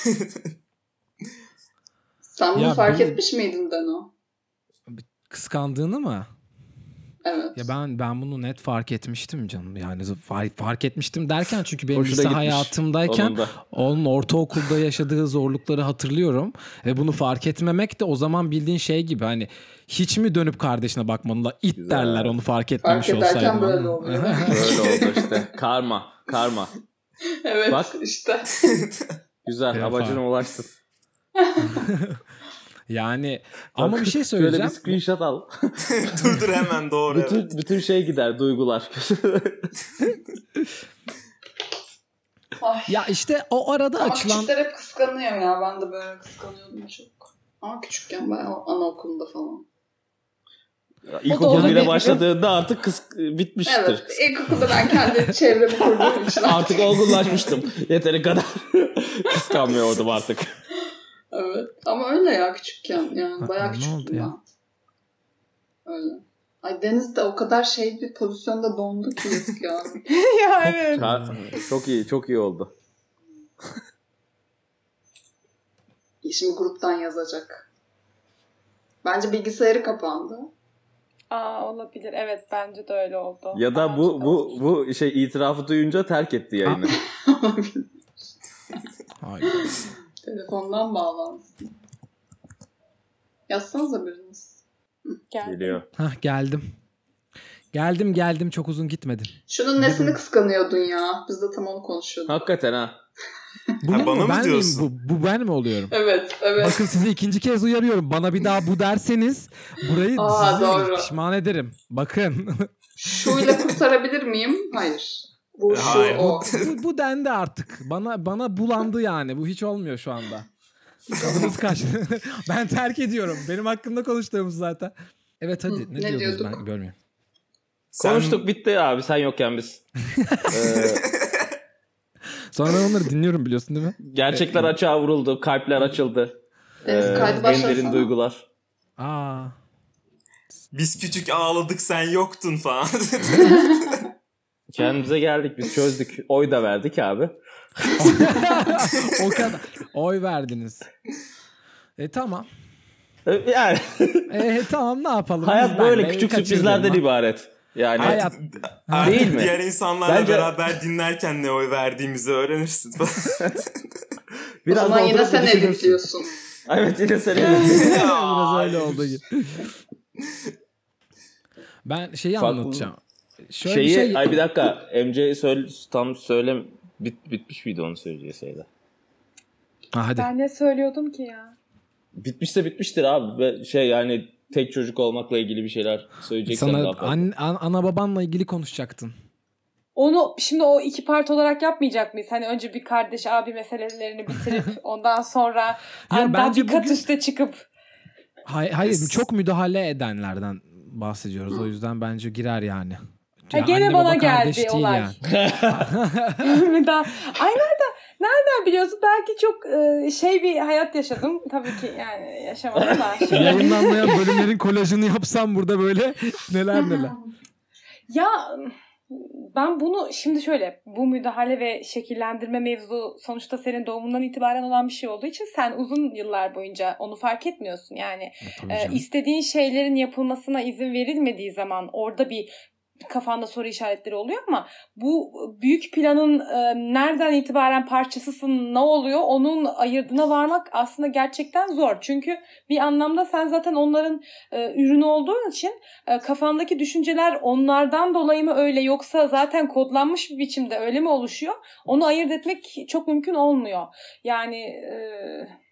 Sen bunu Ya fark bu- etmiş miydin Deno? Kıskandığını mı? Evet. Ya ben ben bunu net fark etmiştim canım. Yani fark, fark etmiştim derken çünkü benim Hoşuna lise gitmiş. hayatımdayken Onun da. onun ortaokulda yaşadığı zorlukları hatırlıyorum. Ve bunu fark etmemek de o zaman bildiğin şey gibi hani hiç mi dönüp kardeşine bakmadın da it Güzel. derler onu fark etmemiş Fark ederken olsaydın. böyle ama. oluyor. Böyle oldu işte. Karma. Karma. Evet Bak. işte. Güzel. Evet, Amacına fark. ulaştın. Yani ama bir şey Şöyle söyleyeceğim. bir screenshot al. dur dur hemen doğru. bütün, evet. bütün şey gider. Duygular. Ay. Ya işte o arada Ama açılan küçükler hep kıskanıyor ya. Ben de böyle kıskanıyordum çok. Ama küçükken ben anaokulunda falan. İlkokul olabilir. bire başladığında artık kız bitmiştir. Evet. İlkokulda ben kendi çevremi kurduğum için. Artık olgunlaşmıştım. Yeteri kadar kıskanmıyordum artık. Evet. Ama öyle ya küçükken. Yani Ha, bayağı ne küçüktüm oldu ya? ben. Öyle. Ay Deniz de o kadar şey bir pozisyonda dondu ki yazık ya. Ya evet. Ha, çok iyi, çok iyi oldu. Şimdi gruptan yazacak. Bence bilgisayarı kapandı. Aa, olabilir. Evet bence de öyle oldu. Ya da bu bu bu şey itirafı duyunca terk etti yayını. Hayır. Telefondan bağlansın. Yazsanıza biriniz. Geldi. Geliyor. Hah geldim. Geldim geldim çok uzun gitmedim. Şunun nesini kıskanıyordun ya? Biz de tam onu konuşuyorduk. Hakikaten ha. Bu Ha, mu? bana mı ben miyim? diyorsun? Bu, bu ben mi oluyorum? Evet, evet. Bakın sizi ikinci kez uyarıyorum. Bana bir daha bu derseniz burayı Aa, sizi doğru. pişman ederim. Bakın. Şuyla kurtarabilir miyim? Hayır. Bu şu Hayır. o. bu, bu dendi artık. Bana bana bulandı yani. Bu hiç olmuyor şu anda. Tadımız kaçtı. Ben terk ediyorum. Benim hakkımda konuştuğumuz zaten. Evet hadi. Hı, ne, ne diyordunuz diyorduk? ben görmüyorum. Sen- Konuştuk bitti abi sen yokken biz. ee, Sonra ben onları dinliyorum biliyorsun değil mi? gerçekler açığa vuruldu. Kalpler açıldı. Deniz, Ee, kaydı en başlasana. derin duygular. Aa. Biz küçük ağladık sen yoktun falan. Kendimize geldik biz çözdük. Oy da verdik abi. O kadar. Oy verdiniz. E tamam. Ee, Yani E tamam ne yapalım? hayat Biz böyle benle küçük kaçırdım sürprizlerden ha. ibaret. Yani Hayat- Artık Değil mi? diğer insanlarla Bence- beraber dinlerken ne oy verdiğimizi öğrenirsin falan. O biraz zaman da yine oturup sen düşünürsün. editliyorsun. Evet yine sen edit. Biraz öyle oldu gibi. Ben şeyi Farklı- anlatacağım. Şöyle Şeyi bir şey... ay bir dakika M C söyle tam söyle bit, bitmiş miydi onu söyleyeceği şeyler. Ha, hadi. Ben ne söylüyordum ki ya? Bitmişse bitmiştir abi. Ve şey yani tek çocuk olmakla ilgili bir şeyler söyleyeceksen Sana daha fazla. an, an- ana babanla ilgili konuşacaktın. Onu şimdi o iki part olarak yapmayacak mıyız? Hani önce bir kardeş abi meselelerini bitirip ondan sonra hani daha bence bir kat bugün- üste çıkıp Hay- hayır çok müdahale edenlerden bahsediyoruz. O yüzden bence girer yani. Ha, Ya gene anne bana baba geldi kardeş değil olay. yani. daha... Ay nereden, nereden biliyorsun? Belki çok e, şey bir hayat yaşadım. Tabii ki yani yaşamadım da. Şey- Yayınlanmayan bölümlerin kolajını yapsam burada böyle neler neler. Ya ben bunu şimdi şöyle bu müdahale ve şekillendirme mevzu sonuçta senin doğumundan itibaren olan bir şey olduğu için sen uzun yıllar boyunca onu fark etmiyorsun. Yani Tabii e, canım. istediğin şeylerin yapılmasına izin verilmediği zaman orada bir kafanda soru işaretleri oluyor ama bu büyük planın e, nereden itibaren parçasısın, ne oluyor onun ayırdına varmak aslında gerçekten zor. Çünkü bir anlamda sen zaten onların e, ürünü olduğun için e, kafandaki düşünceler onlardan dolayı mı öyle yoksa zaten kodlanmış bir biçimde öyle mi oluşuyor? Onu ayırt etmek çok mümkün olmuyor. Yani e,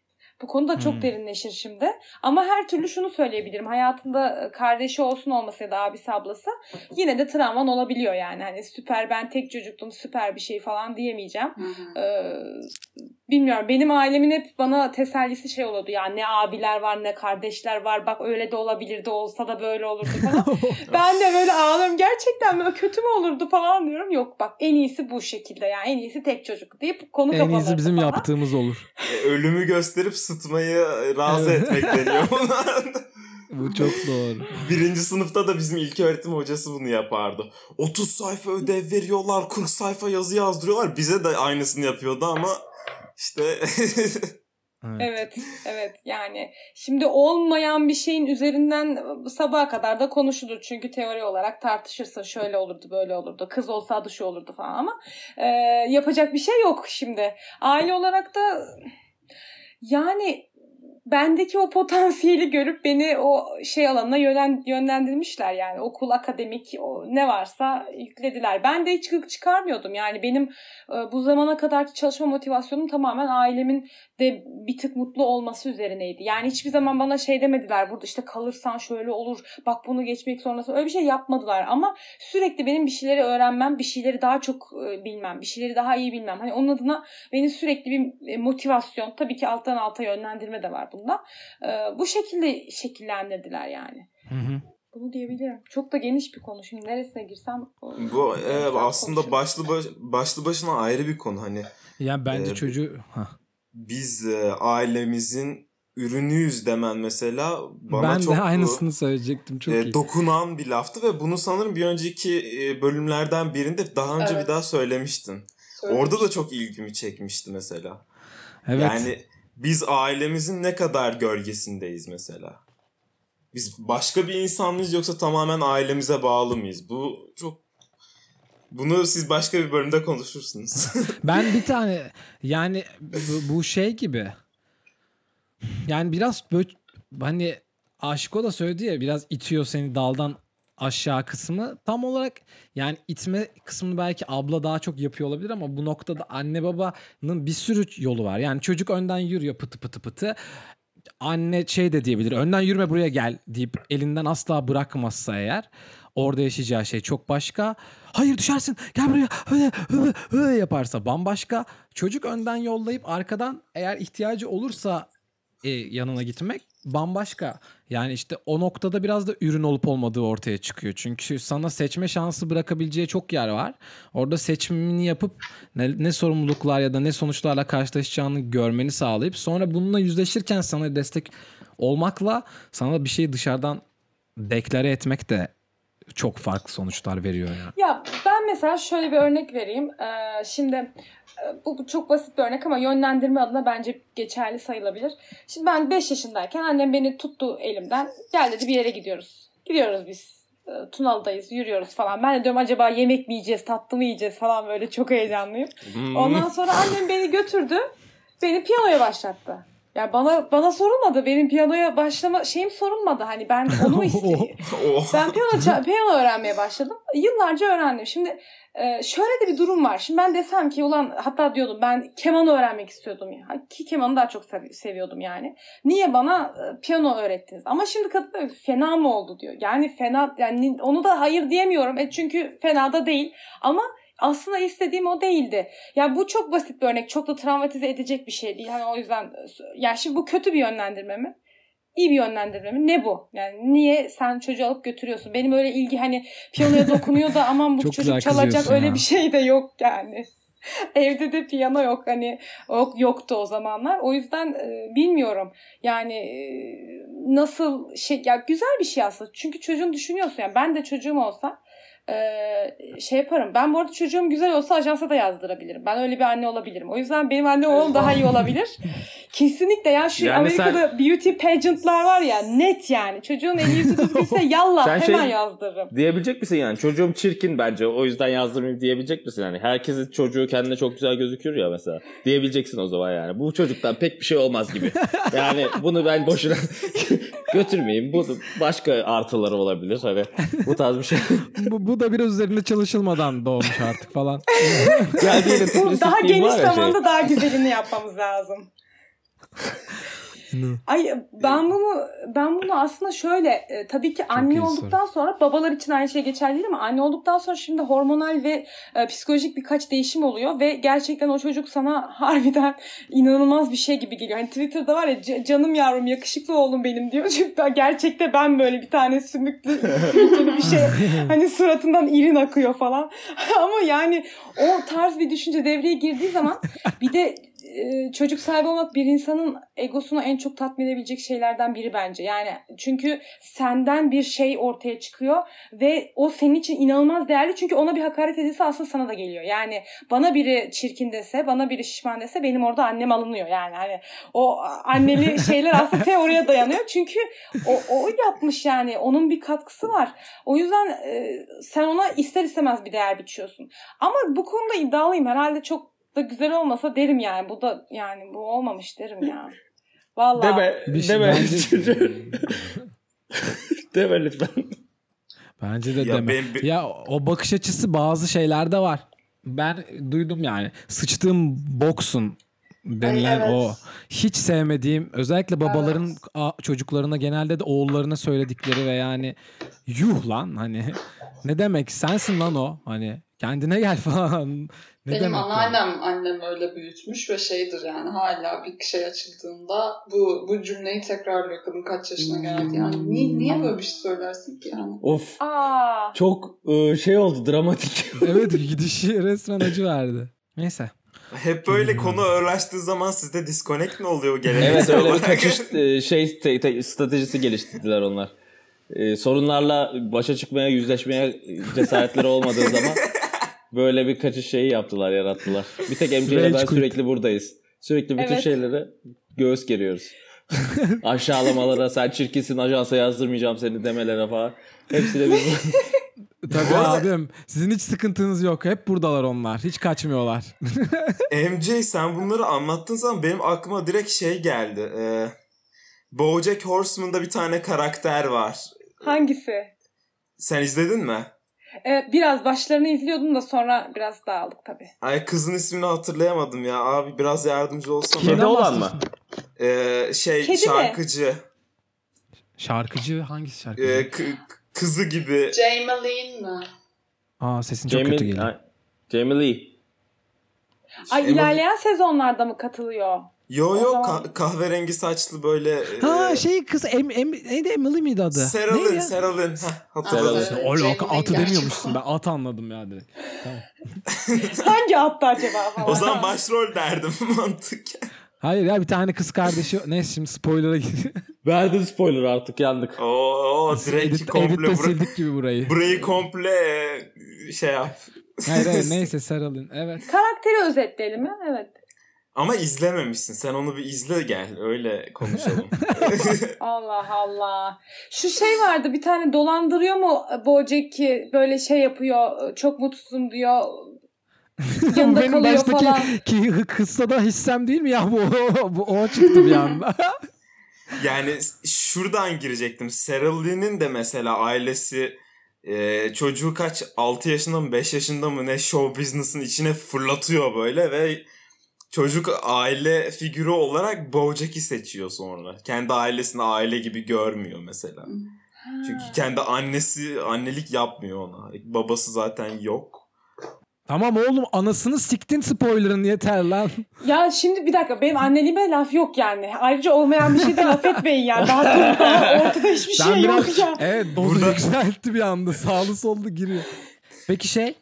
Bu konuda çok Hmm. derinleşir şimdi. Ama her türlü şunu söyleyebilirim. Hayatında kardeşi olsun olmasa ya da abisi ablası yine de travman olabiliyor yani. Hani süper ben tek çocuktum süper bir şey falan diyemeyeceğim. Hı hı. Ee, bilmiyorum. Benim ailemin hep bana tesellisi şey olurdu. Ya ne abiler var ne kardeşler var. Bak öyle de olabilirdi olsa da böyle olurdu falan. Ben de böyle ağlıyorum. Gerçekten böyle kötü mü olurdu falan diyorum. Yok bak en iyisi bu şekilde. Yani en iyisi tek çocuk deyip konu En kapanırdı iyisi bizim falan. yaptığımız olur. E, Ölümü gösterip sıtmayı razı Evet. etmek deniyor buna. Bu çok doğru. Birinci sınıfta da bizim ilköğretim hocası bunu yapardı. otuz sayfa ödev veriyorlar, kırk sayfa yazı yazdırıyorlar. Bize de aynısını yapıyordu ama işte... Evet, evet yani şimdi olmayan bir şeyin üzerinden sabaha kadar da konuşulur çünkü teori olarak tartışırsın şöyle olurdu böyle olurdu kız olsa adı şu olurdu falan ama e, yapacak bir şey yok şimdi. Aile olarak da yani bendeki o potansiyeli görüp beni o şey alanına yönlen, yönlendirmişler yani okul, akademik o, ne varsa yüklediler. Ben de hiç gık çıkarmıyordum yani benim e, bu zamana kadarki çalışma motivasyonum tamamen ailemin de bir tık mutlu olması üzerineydi. Yani hiçbir zaman bana şey demediler burada işte kalırsan şöyle olur bak bunu geçmek zorundasın öyle bir şey yapmadılar ama sürekli benim bir şeyleri öğrenmem, bir şeyleri daha çok e, bilmem, bir şeyleri daha iyi bilmem. Hani onun adına beni sürekli bir motivasyon tabii ki alttan alta yönlendirme de var bunda. Ee, bu şekilde şekillendirdiler yani. Hı hı. Bunu diyebilirim. Çok da geniş bir konu. Şimdi neresine girsem Bu e, aslında konuşurum. başlı baş, başlı başına ayrı bir konu hani. Yani bence Ee, çocuğu... Hah. Biz e, ailemizin ürünüyüz demen mesela bana Ben çok de aynısını söyleyecektim. Çok e, iyi. dokunan bir laftı ve bunu sanırım bir önceki e, bölümlerden birinde daha önce Evet. bir daha söylemiştin. Söylemiş. Orada da çok ilgimi çekmişti mesela. Evet. Yani biz ailemizin ne kadar gölgesindeyiz mesela. Biz başka bir insan mıyız yoksa tamamen ailemize bağlı mıyız? Bu çok... Bunu siz başka bir bölümde konuşursunuz. Ben bir tane yani bu, bu şey gibi yani biraz böyle hani Aşıko da söyledi ya biraz itiyor seni daldan aşağı kısmı tam olarak yani itme kısmını belki abla daha çok yapıyor olabilir ama bu noktada anne babanın bir sürü yolu var. Yani çocuk önden yürüyor pıtı pıtı pıtı. Anne şey de diyebilir önden yürüme buraya gel deyip elinden asla bırakmazsa eğer orada yaşayacağı şey çok başka. Hayır düşersin gel buraya öyle, öyle, öyle yaparsa bambaşka. Çocuk önden yollayıp arkadan eğer ihtiyacı olursa e, yanına gitmek bambaşka. Yani işte o noktada biraz da ürün olup olmadığı ortaya çıkıyor. Çünkü sana seçme şansı bırakabileceği çok yer var. Orada seçimini yapıp ne, ne sorumluluklar ya da ne sonuçlarla karşılaşacağını görmeni sağlayıp sonra bununla yüzleşirken sana destek olmakla sana bir şeyi dışarıdan deklare etmek de çok farklı sonuçlar veriyor yani. Ya ben mesela şöyle bir örnek vereyim. Ee, şimdi e, bu, bu çok basit bir örnek ama yönlendirme adına bence geçerli sayılabilir. Şimdi ben beş yaşındayken annem beni tuttu elimden. Gel dedi bir yere gidiyoruz. Gidiyoruz biz. E, Tunalı'dayız, yürüyoruz falan. Ben de diyorum acaba yemek mi yiyeceğiz, tatlı mı yiyeceğiz falan böyle çok heyecanlıyım. Hmm. Ondan sonra annem beni götürdü. Beni piyanoya başlattı. Ya bana bana sorulmadı. Benim piyanoya başlama şeyim sorulmadı. Hani ben onu mu istiyorum? Oh. Ben piyano, ça- piyano öğrenmeye başladım. Yıllarca öğrendim. Şimdi e, şöyle de bir durum var. Şimdi ben desem ki ulan hatta diyordum ben keman öğrenmek istiyordum ya. Ki kemanı daha çok sev- seviyordum yani. Niye bana e, piyano öğrettiniz? Ama şimdi kadın diyor, fena mı oldu diyor. Yani fena yani onu da hayır diyemiyorum. E çünkü fena da değil. Ama aslında istediğim o değildi. Ya bu çok basit bir örnek. Çok da travmatize edecek bir şey değil. Hani o yüzden ya şimdi bu kötü bir yönlendirme mi? İyi bir yönlendirme mi? Ne bu? Yani niye sen çocuğu alıp götürüyorsun? Benim öyle ilgi hani piyanoya dokunuyor da aman bu Çok çocuk güzel çalacak kızıyorsun öyle ha. bir şey de yok yani. Evde de piyano yok hani yok, yoktu o zamanlar. O yüzden e, bilmiyorum. Yani e, nasıl şey ya güzel bir şey aslında. Çünkü çocuğunu düşünüyorsun yani ben de çocuğum olsa Ee, şey yaparım. Ben bu arada çocuğum güzel olsa ajansa da yazdırabilirim. Ben öyle bir anne olabilirim. O yüzden benim anne oğlum daha iyi olabilir. Kesinlikle ya şu Yani Amerika'da sen- beauty pageant'lar var ya net yani. Çocuğun en iyisi düzgünse yallah Sen hemen şey- yazdırırım. Diyebilecek misin yani? Çocuğum çirkin bence. O yüzden yazdırmayayım diyebilecek misin? Yani herkesin çocuğu kendine çok güzel gözüküyor ya mesela. Diyebileceksin o zaman yani. Bu çocuktan pek bir şey olmaz gibi. Yani bunu ben boşuna götürmeyeyim. Bu başka artıları olabilir. Hani bu tarz bir şey. bu, bu da biraz üzerinde çalışılmadan doğmuş artık falan. Geldiğinde Bu daha tepkisi geniş var ya şey. zamanda daha güzelini yapmamız lazım. Ay ben bunu ben bunu aslında şöyle e, tabii ki anne iyi olduktan sonra babalar için aynı şey geçerli değil ama anne olduktan sonra şimdi hormonal ve e, psikolojik birkaç değişim oluyor ve gerçekten o çocuk sana harbiden inanılmaz bir şey gibi geliyor. Hani Twitter'da var ya "C- canım yavrum yakışıklı oğlum benim" diyor. Çünkü ben- gerçekte ben böyle bir tane sümüklü sümüklü bir şey hani suratından irin akıyor falan. Ama yani o tarz bir düşünce devreye girdiği zaman bir de e, çocuk sahibi olmak bir insanın egosunu en çok tatmin edebilecek şeylerden biri bence. Yani çünkü senden bir şey ortaya çıkıyor ve o senin için inanılmaz değerli. Çünkü ona bir hakaret edilse aslında sana da geliyor. Yani bana biri çirkin dese, bana biri şişman dese benim orada annem alınıyor. Yani hani o anneli şeyler aslında teoriye dayanıyor. Çünkü o, o yapmış yani. Onun bir katkısı var. O yüzden e, sen ona ister istemez bir değer biçiyorsun. Ama bu konuda iddialıyım. Herhalde çok da güzel olmasa derim yani. Bu da yani bu olmamış derim ya. Vallahi. Deme, Bir şey- deme. bence- Deme lütfen. Bence de Ya deme. ben bir- Ya o bakış açısı bazı şeylerde var. Ben duydum yani. Sıçtığım boksun denilen Ay, evet. o. Hiç sevmediğim, özellikle babaların a- çocuklarına, genelde de oğullarına söyledikleri ve yani yuh lan hani ne demek sensin lan o hani kendine gel falan. Ne Benim demek yani? anneannem annem öyle büyütmüş ve şeydir yani hala bir şey açıldığında bu bu cümleyi tekrarlıyor kadın kaç yaşına geldi. Yani niye, niye böyle bir şey söylersin ki yani? Of. Aa. Çok e, şey oldu, dramatik. Evet, gidişi resmen acı verdi. Neyse. Hep böyle konu ağırlaştığı zaman sizde disconnect mi oluyor geleneksel Evet, öyle bir olarak? kaçış e, şey te- te- stratejisi geliştirdiler onlar. E, sorunlarla başa çıkmaya, yüzleşmeye cesaretleri olmadığı zaman böyle bir kaçış şeyi yaptılar, yarattılar. Bir tek M C ile Rage ben quit. sürekli buradayız. Sürekli bütün Evet. şeylere göğüs geriyoruz. Aşağılamalara, sen çirkinsin ajansa yazdırmayacağım seni demelere falan. Hepsine biz... Tabii Bu arada- abim. Sizin hiç sıkıntınız yok. Hep buradalar onlar. Hiç kaçmıyorlar. M J sen bunları anlattığın zaman benim aklıma direkt şey geldi. Ee, BoJack Horseman'da bir tane karakter var. Hangisi? Sen izledin mi? Evet, biraz başlarını izliyordum da sonra biraz dağıldık tabii. Ay kızın ismini hatırlayamadım ya. Abi biraz yardımcı olsana. Kedi olan mı? Ee, şey Kedi mi? şarkıcı. Şarkıcı hangisi şarkıcı? Ee, k- kızı gibi. Jamie Lynn mi? Aa, sesin çok kötü geliyor. Jamie, Jamie Lee. Ay Emma- ilerleyen sezonlarda mı katılıyor? Yo yo O zaman- ka- kahverengi saçlı böyle. Ha e, şey kız em, em, neydi Emily miydi adı? Sarah Neydi Lynn, ya? Sarah Lynn. Heh, hatırladım. Sarah Lynn. Ola Jamie atı gerçekten. demiyormuşsun. Ben at anladım ya direkt. Tamam. Hangi hatta acaba falan? O zaman başrol derdim mantık. Hayır ya, bir tane kız kardeşi. Neyse şimdi spoiler'a gidiyor. Verdin spoiler, artık yandık. Oo direkt Edit, komple editte bura- sildik gibi burayı. burayı komple e, şey yap. Hayır hayır neyse sarılın. Evet. Karakteri özetleyelim ya. Evet. Ama izlememişsin. Sen onu bir izle gel. Öyle konuşalım. Allah Allah. Şu şey vardı, bir tane dolandırıyor mu BoJack ki böyle şey yapıyor, çok mutsuzum diyor. Yanında Benim kalıyor baştaki falan. ki kıssa da hissem değil mi ya bu? Bu o çıktı bir anda. Yani şuradan girecektim. Sarah Lynn'in de mesela ailesi e, çocuğu kaç altı yaşında mı beş yaşında mı ne show business'ın içine fırlatıyor böyle ve çocuk aile figürü olarak BoJack'i seçiyor sonra. Kendi ailesini aile gibi görmüyor mesela. Çünkü kendi annesi annelik yapmıyor ona. Babası zaten yok. Tamam oğlum, anasını siktin spoiler'ın, yeter lan. Ya şimdi bir dakika, benim anneliğime laf yok yani. Ayrıca olmayan bir şeyde laf etmeyin yani. Daha, daha ortada hiçbir Sen şey biraz yok ya. evet dozu Burada- yükseltti bir anda. Sağlı sollu giriyor. Peki şey,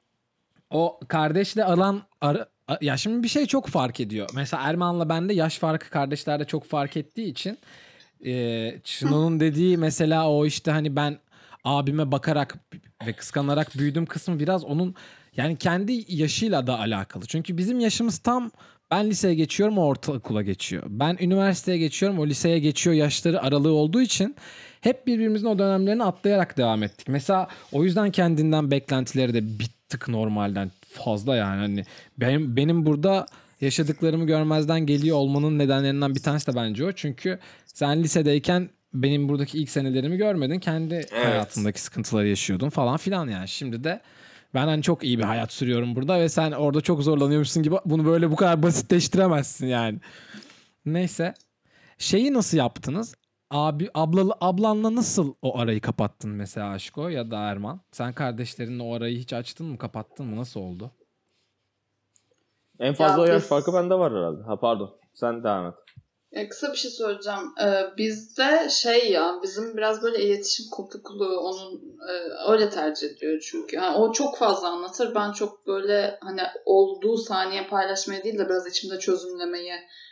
o kardeşle alan ara, a- ya şimdi bir şey çok fark ediyor. Mesela Erman'la bende yaş farkı kardeşlerde çok fark ettiği için e, Çınon'un dediği mesela o işte hani ben abime bakarak ve kıskanarak büyüdüm kısmı biraz onun yani kendi yaşıyla da alakalı. Çünkü bizim yaşımız tam, ben liseye geçiyorum, o ortaokula geçiyor. Ben üniversiteye geçiyorum, o liseye geçiyor, yaşları aralığı olduğu için hep birbirimizin o dönemlerini atlayarak devam ettik. Mesela o yüzden kendinden beklentileri de bir tık normalden fazla yani. Hani benim, benim burada yaşadıklarımı görmezden geliyor olmanın nedenlerinden bir tanesi de bence o. Çünkü sen lisedeyken benim buradaki ilk senelerimi görmedin. Kendi Evet. hayatındaki sıkıntıları yaşıyordun falan filan yani. Şimdi de ben hani çok iyi bir hayat sürüyorum burada ve sen orada çok zorlanıyormuşsun gibi bunu böyle bu kadar basitleştiremezsin yani. Neyse. Şeyi nasıl yaptınız? Abi ablalı ablanla nasıl o arayı kapattın mesela Aşko ya da Erman? Sen kardeşlerinle o arayı hiç açtın mı, kapattın mı? Nasıl oldu? En fazla Ya o yaş biz- farkı bende var herhalde. Ha pardon. Sen devam et. Ya kısa bir şey söyleyeceğim. Ee, bizde şey ya bizim biraz böyle iletişim kopukluğu onun e, öyle tercih ediyor çünkü. Yani o çok fazla anlatır. Ben çok böyle hani olduğu saniye paylaşmayı değil de biraz içimde çözümlemeyi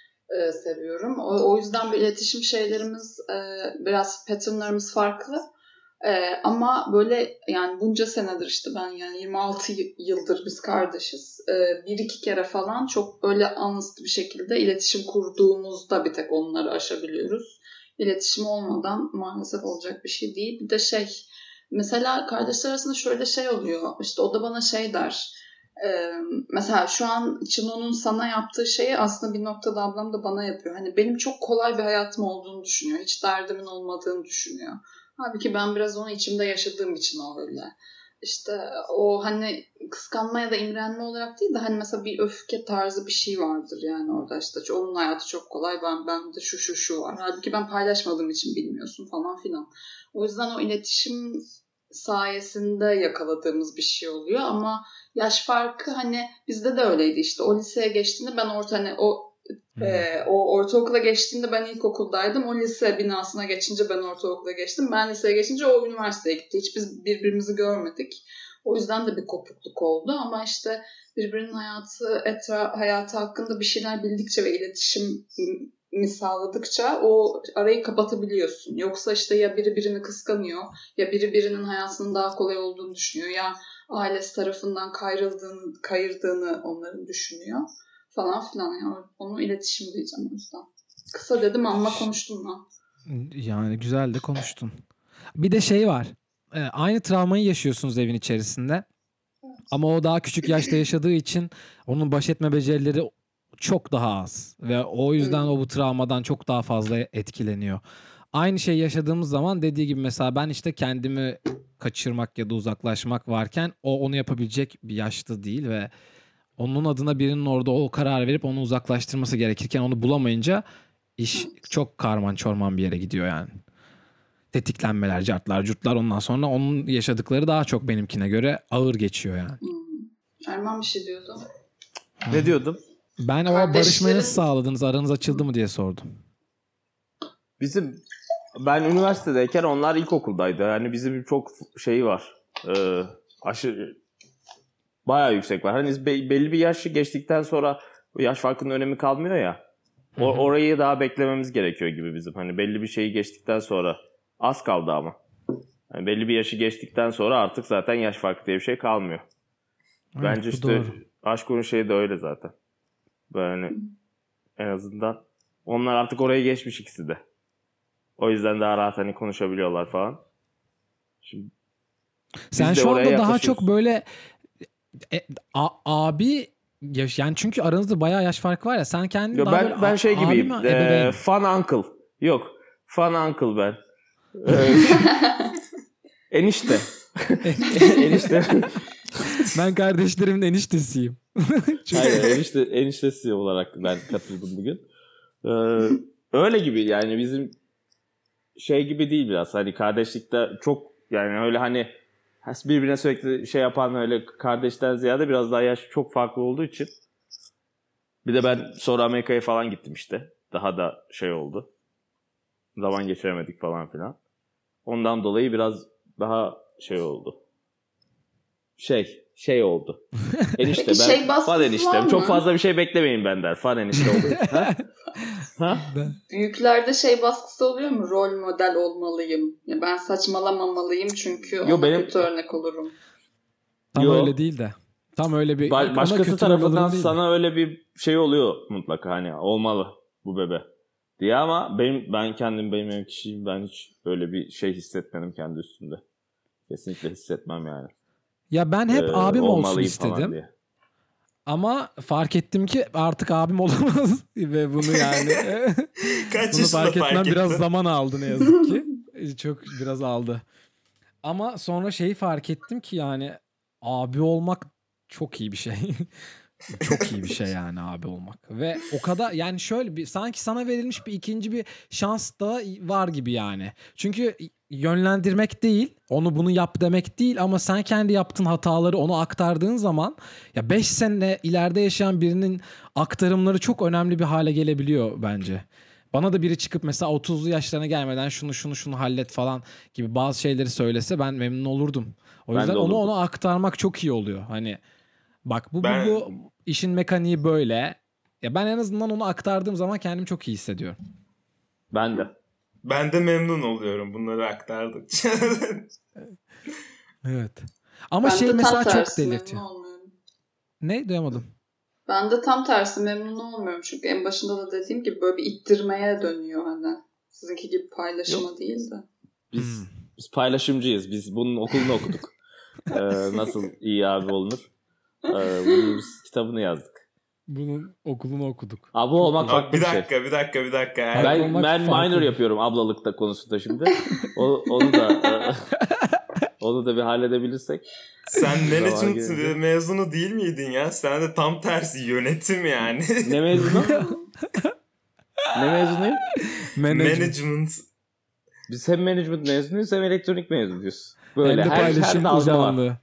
e, seviyorum. O, o yüzden bir iletişim şeylerimiz e, biraz patternlarımız farklı. E, ama böyle yani bunca senedir işte ben yani yirmi altı y- yıldır biz kardeşiz. E, bir iki kere falan çok böyle honest bir şekilde iletişim kurduğumuzda bir tek onları aşabiliyoruz. İletişim olmadan maalesef olacak bir şey değil. Bir de şey mesela kardeşler arasında şöyle şey oluyor. İşte o da bana şey der. Ee, mesela şu an Çıno'nun sana yaptığı şeyi aslında bir noktada ablam da bana yapıyor. Hani benim çok kolay bir hayatım olduğunu düşünüyor. Hiç derdimin olmadığını düşünüyor. Halbuki ben biraz onu içimde yaşadığım için o öyle. İşte o hani kıskanma ya da imrenme olarak değil de hani mesela bir öfke tarzı bir şey vardır yani orada işte. Onun hayatı çok kolay, ben ben de şu şu şu var. Halbuki ben paylaşmadığım için bilmiyorsun falan filan. O yüzden o iletişim sayesinde yakaladığımız bir şey oluyor ama yaş farkı hani bizde de öyleydi işte. O liseye geçtiğinde ben orta hani o Hmm. e, o ortaokula geçtiğinde ben ilkokuldaydım. O lise binasına geçince ben ortaokula geçtim. Ben liseye geçince o üniversiteye gitti. Hiç biz birbirimizi görmedik. O yüzden de bir kopukluk oldu ama işte birbirinin hayatı etra hayatı hakkında bir şeyler bildikçe ve iletişim mi sağladıkça o arayı kapatabiliyorsun. Yoksa işte ya biri birini kıskanıyor ya biri birinin hayatının daha kolay olduğunu düşünüyor ya ailesi tarafından kayrıldığını, kayırdığını onların düşünüyor falan filan. Yani onu iletişim diyeceğim o yüzden. Kısa dedim ama konuştum lan. Yani güzel de konuştun. Bir de şey var. Ee, aynı travmayı yaşıyorsunuz evin içerisinde. Ama o daha küçük yaşta yaşadığı için onun baş etme becerileri çok daha az. Ve o yüzden o bu travmadan çok daha fazla etkileniyor. Aynı şey yaşadığımız zaman dediği gibi mesela ben işte kendimi kaçırmak ya da uzaklaşmak varken o onu yapabilecek bir yaşta değil ve onun adına birinin orada o karar verip onu uzaklaştırması gerekirken onu bulamayınca iş çok karman çorman bir yere gidiyor yani. Tetiklenmeler, cartlar, curtlar ondan sonra onun yaşadıkları daha çok benimkine göre ağır geçiyor yani. Hmm. Erman bir şey diyordu. Ne diyordum? Ben o Kardeşlerin- barışmayı nasıl sağladınız? Aranız açıldı mı diye sordum. Bizim ben üniversitedeyken onlar ilkokuldaydı. Yani bizim çok şeyi var. Ee, aşırı bayağı yüksek var. Hani be- belli bir yaşı geçtikten sonra o yaş farkının önemi kalmıyor ya. O, orayı daha beklememiz gerekiyor gibi bizim. Hani belli bir şeyi geçtikten sonra az kaldı ama. Yani belli bir yaşı geçtikten sonra artık zaten yaş farkı diye bir şey kalmıyor. Evet, Bence bu işte doğru. aşkın şeyi de öyle zaten. Yani en azından onlar artık oraya geçmiş ikisi de. O yüzden daha rahat hani konuşabiliyorlar falan. Şimdi Sen biz de şu oraya anda daha yaklaşıyoruz. çok böyle e, a- abi yaş- yani çünkü aranızda bayağı yaş farkı var ya sen kendin Yo, daha ben böyle ben a- şey abi gibiyim. mi, E, ebeveyn? fun uncle. Yok. Fun uncle ben. Ee, enişte. enişte. Ben kardeşlerimin eniştesiyim. Hayır, enişte eniştesi olarak ben katıldım bugün. Ee, öyle gibi yani bizim şey gibi değil biraz. Hani kardeşlikte çok yani öyle hani birbirine sürekli şey yapan öyle kardeşten ziyade biraz daha yaş çok farklı olduğu için. Bir de ben sonra Amerika'ya falan gittim işte. Daha da şey oldu. Zaman geçiremedik falan filan. Ondan dolayı biraz daha şey oldu. Şey, şey oldu. Enişte Peki ben şey baskısı fan var eniştem. mı? Çok fazla bir şey beklemeyin benden. Fan enişte oldu. Ha? Ha? Büyüklerde şey baskısı oluyor mu? Rol model olmalıyım. Ya ben saçmalamamalıyım çünkü Yo, ona benim- kötü örnek olurum. Tam Yo. öyle değil de. Tam öyle bir Ba- ona başkası kötü tarafından rol değil de. sana öyle bir şey oluyor mutlaka hani olmalı bu bebe diye ama benim ben kendim benim ev kişiyim ben hiç öyle bir şey hissetmedim kendi üstümde. Kesinlikle hissetmem yani. Ya ben hep Ee, abim olsun olmalıyım falan istedim. diye. Ama fark ettim ki artık abim olamaz ve bunu yani Kaç bunu yaşında fark etmem fark biraz ettin? zaman aldı ne yazık ki. Çok biraz aldı. Ama sonra şeyi fark ettim ki yani abi olmak çok iyi bir şey. Çok iyi bir şey yani abi olmak. Ve o kadar yani şöyle bir sanki sana verilmiş bir ikinci bir şans da var gibi yani. Çünkü yönlendirmek değil, onu bunu yap demek değil ama sen kendi yaptığın hataları ona aktardığın zaman ya beş sene ileride yaşayan birinin aktarımları çok önemli bir hale gelebiliyor bence. Bana da biri çıkıp mesela otuzlu yaşlarına gelmeden şunu şunu şunu hallet falan gibi bazı şeyleri söylese ben memnun olurdum. O Ben yüzden de onu olurdum. ona aktarmak çok iyi oluyor. Hani bak bu, Ben- bu bu işin mekaniği böyle. Ya ben en azından onu aktardığım zaman kendimi çok iyi hissediyorum. Ben de. Ben de memnun oluyorum bunları aktardıkça. Evet. Ama Ben şey de tam mesela çok tersi delirtiyor. memnun olmuyorum. Ne? Duyamadım. Ben de tam tersi memnun olmuyorum. Çünkü en başında da dediğim gibi böyle bir ittirmeye dönüyor hani. Sizinki gibi paylaşıma değil de. Biz Hmm. biz paylaşımcıyız. Biz bunun okulunu okuduk. Ee, nasıl iyi abi olunur? Ee, bunun biz kitabını yazdık. Bunun okulunu okuduk. Abi olmak Bak farklı bir bir şey. dakika bir dakika bir dakika. Yani Farklı Ben, olmak ben farklı. minor yapıyorum ablalıkta konusunda şimdi. O, onu da e, onu da bir halledebilirsek. sen Zaman management gelince. mezunu değil miydin ya? Sen de tam tersi yönetim yani. Ne mezunu? Ne mezunuyum? Management. Management. Biz hem management mezunuyuz hem elektronik mezunuyuz. Böyle Hem de her, her paylaşım dalga var. uzmanlığı.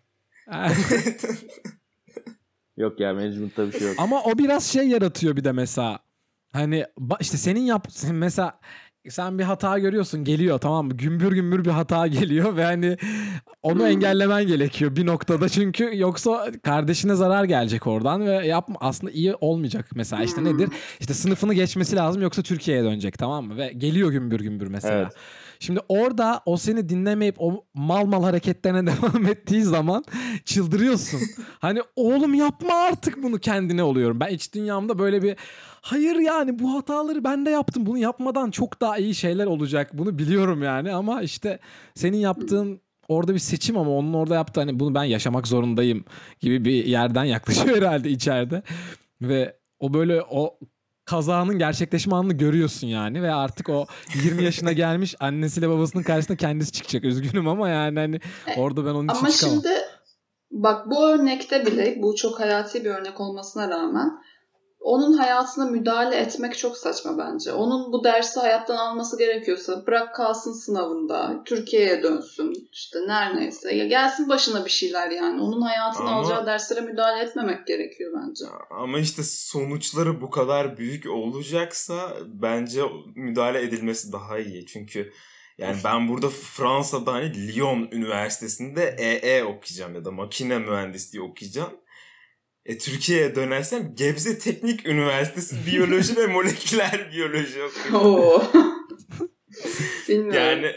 Yok ya management'ta bir şey yok. Ama o biraz şey yaratıyor bir de mesela. Hani ba- işte senin yap mesela sen bir hata görüyorsun geliyor tamam mı? Gümbür gümbür bir hata geliyor ve hani onu engellemen gerekiyor bir noktada çünkü yoksa kardeşine zarar gelecek oradan ve yapma aslında iyi olmayacak mesela işte nedir? İşte sınıfını geçmesi lazım yoksa Türkiye'ye dönecek tamam mı? Ve geliyor gümbür gümbür mesela. Evet. Şimdi orada o seni dinlemeyip o mal mal hareketlerine devam ettiği zaman çıldırıyorsun. Hani oğlum yapma artık bunu kendine oluyorum. Ben iç dünyamda böyle bir hayır yani bu hataları ben de yaptım. Bunu yapmadan çok daha iyi şeyler olacak. Bunu biliyorum yani ama işte senin yaptığın orada bir seçim ama onun orada yaptığı hani bunu ben yaşamak zorundayım gibi bir yerden yaklaşıyor herhalde içeride. Ve o böyle o kazanın gerçekleşme anını görüyorsun yani ve artık o yirmi yaşına gelmiş annesiyle babasının karşısına kendisi çıkacak. Üzgünüm ama yani hani orada ben onun için Ama çıkamam. şimdi bak bu örnekte bile bu çok hayati bir örnek olmasına rağmen onun hayatına müdahale etmek çok saçma bence. Onun bu dersi hayattan alması gerekiyorsa bırak kalsın sınavında, Türkiye'ye dönsün, işte her neyse. Ya gelsin başına bir şeyler yani. Onun hayatına Ama- alacağı derslere müdahale etmemek gerekiyor bence. Ama işte sonuçları bu kadar büyük olacaksa bence müdahale edilmesi daha iyi. Çünkü yani ben burada Fransa'da hani Lyon Üniversitesi'nde E E okuyacağım ya da makine mühendisliği okuyacağım. E, Türkiye'ye dönersem Gebze Teknik Üniversitesi Biyoloji ve Moleküler Biyoloji okuyacağım. Oo. Bilmiyorum. Yani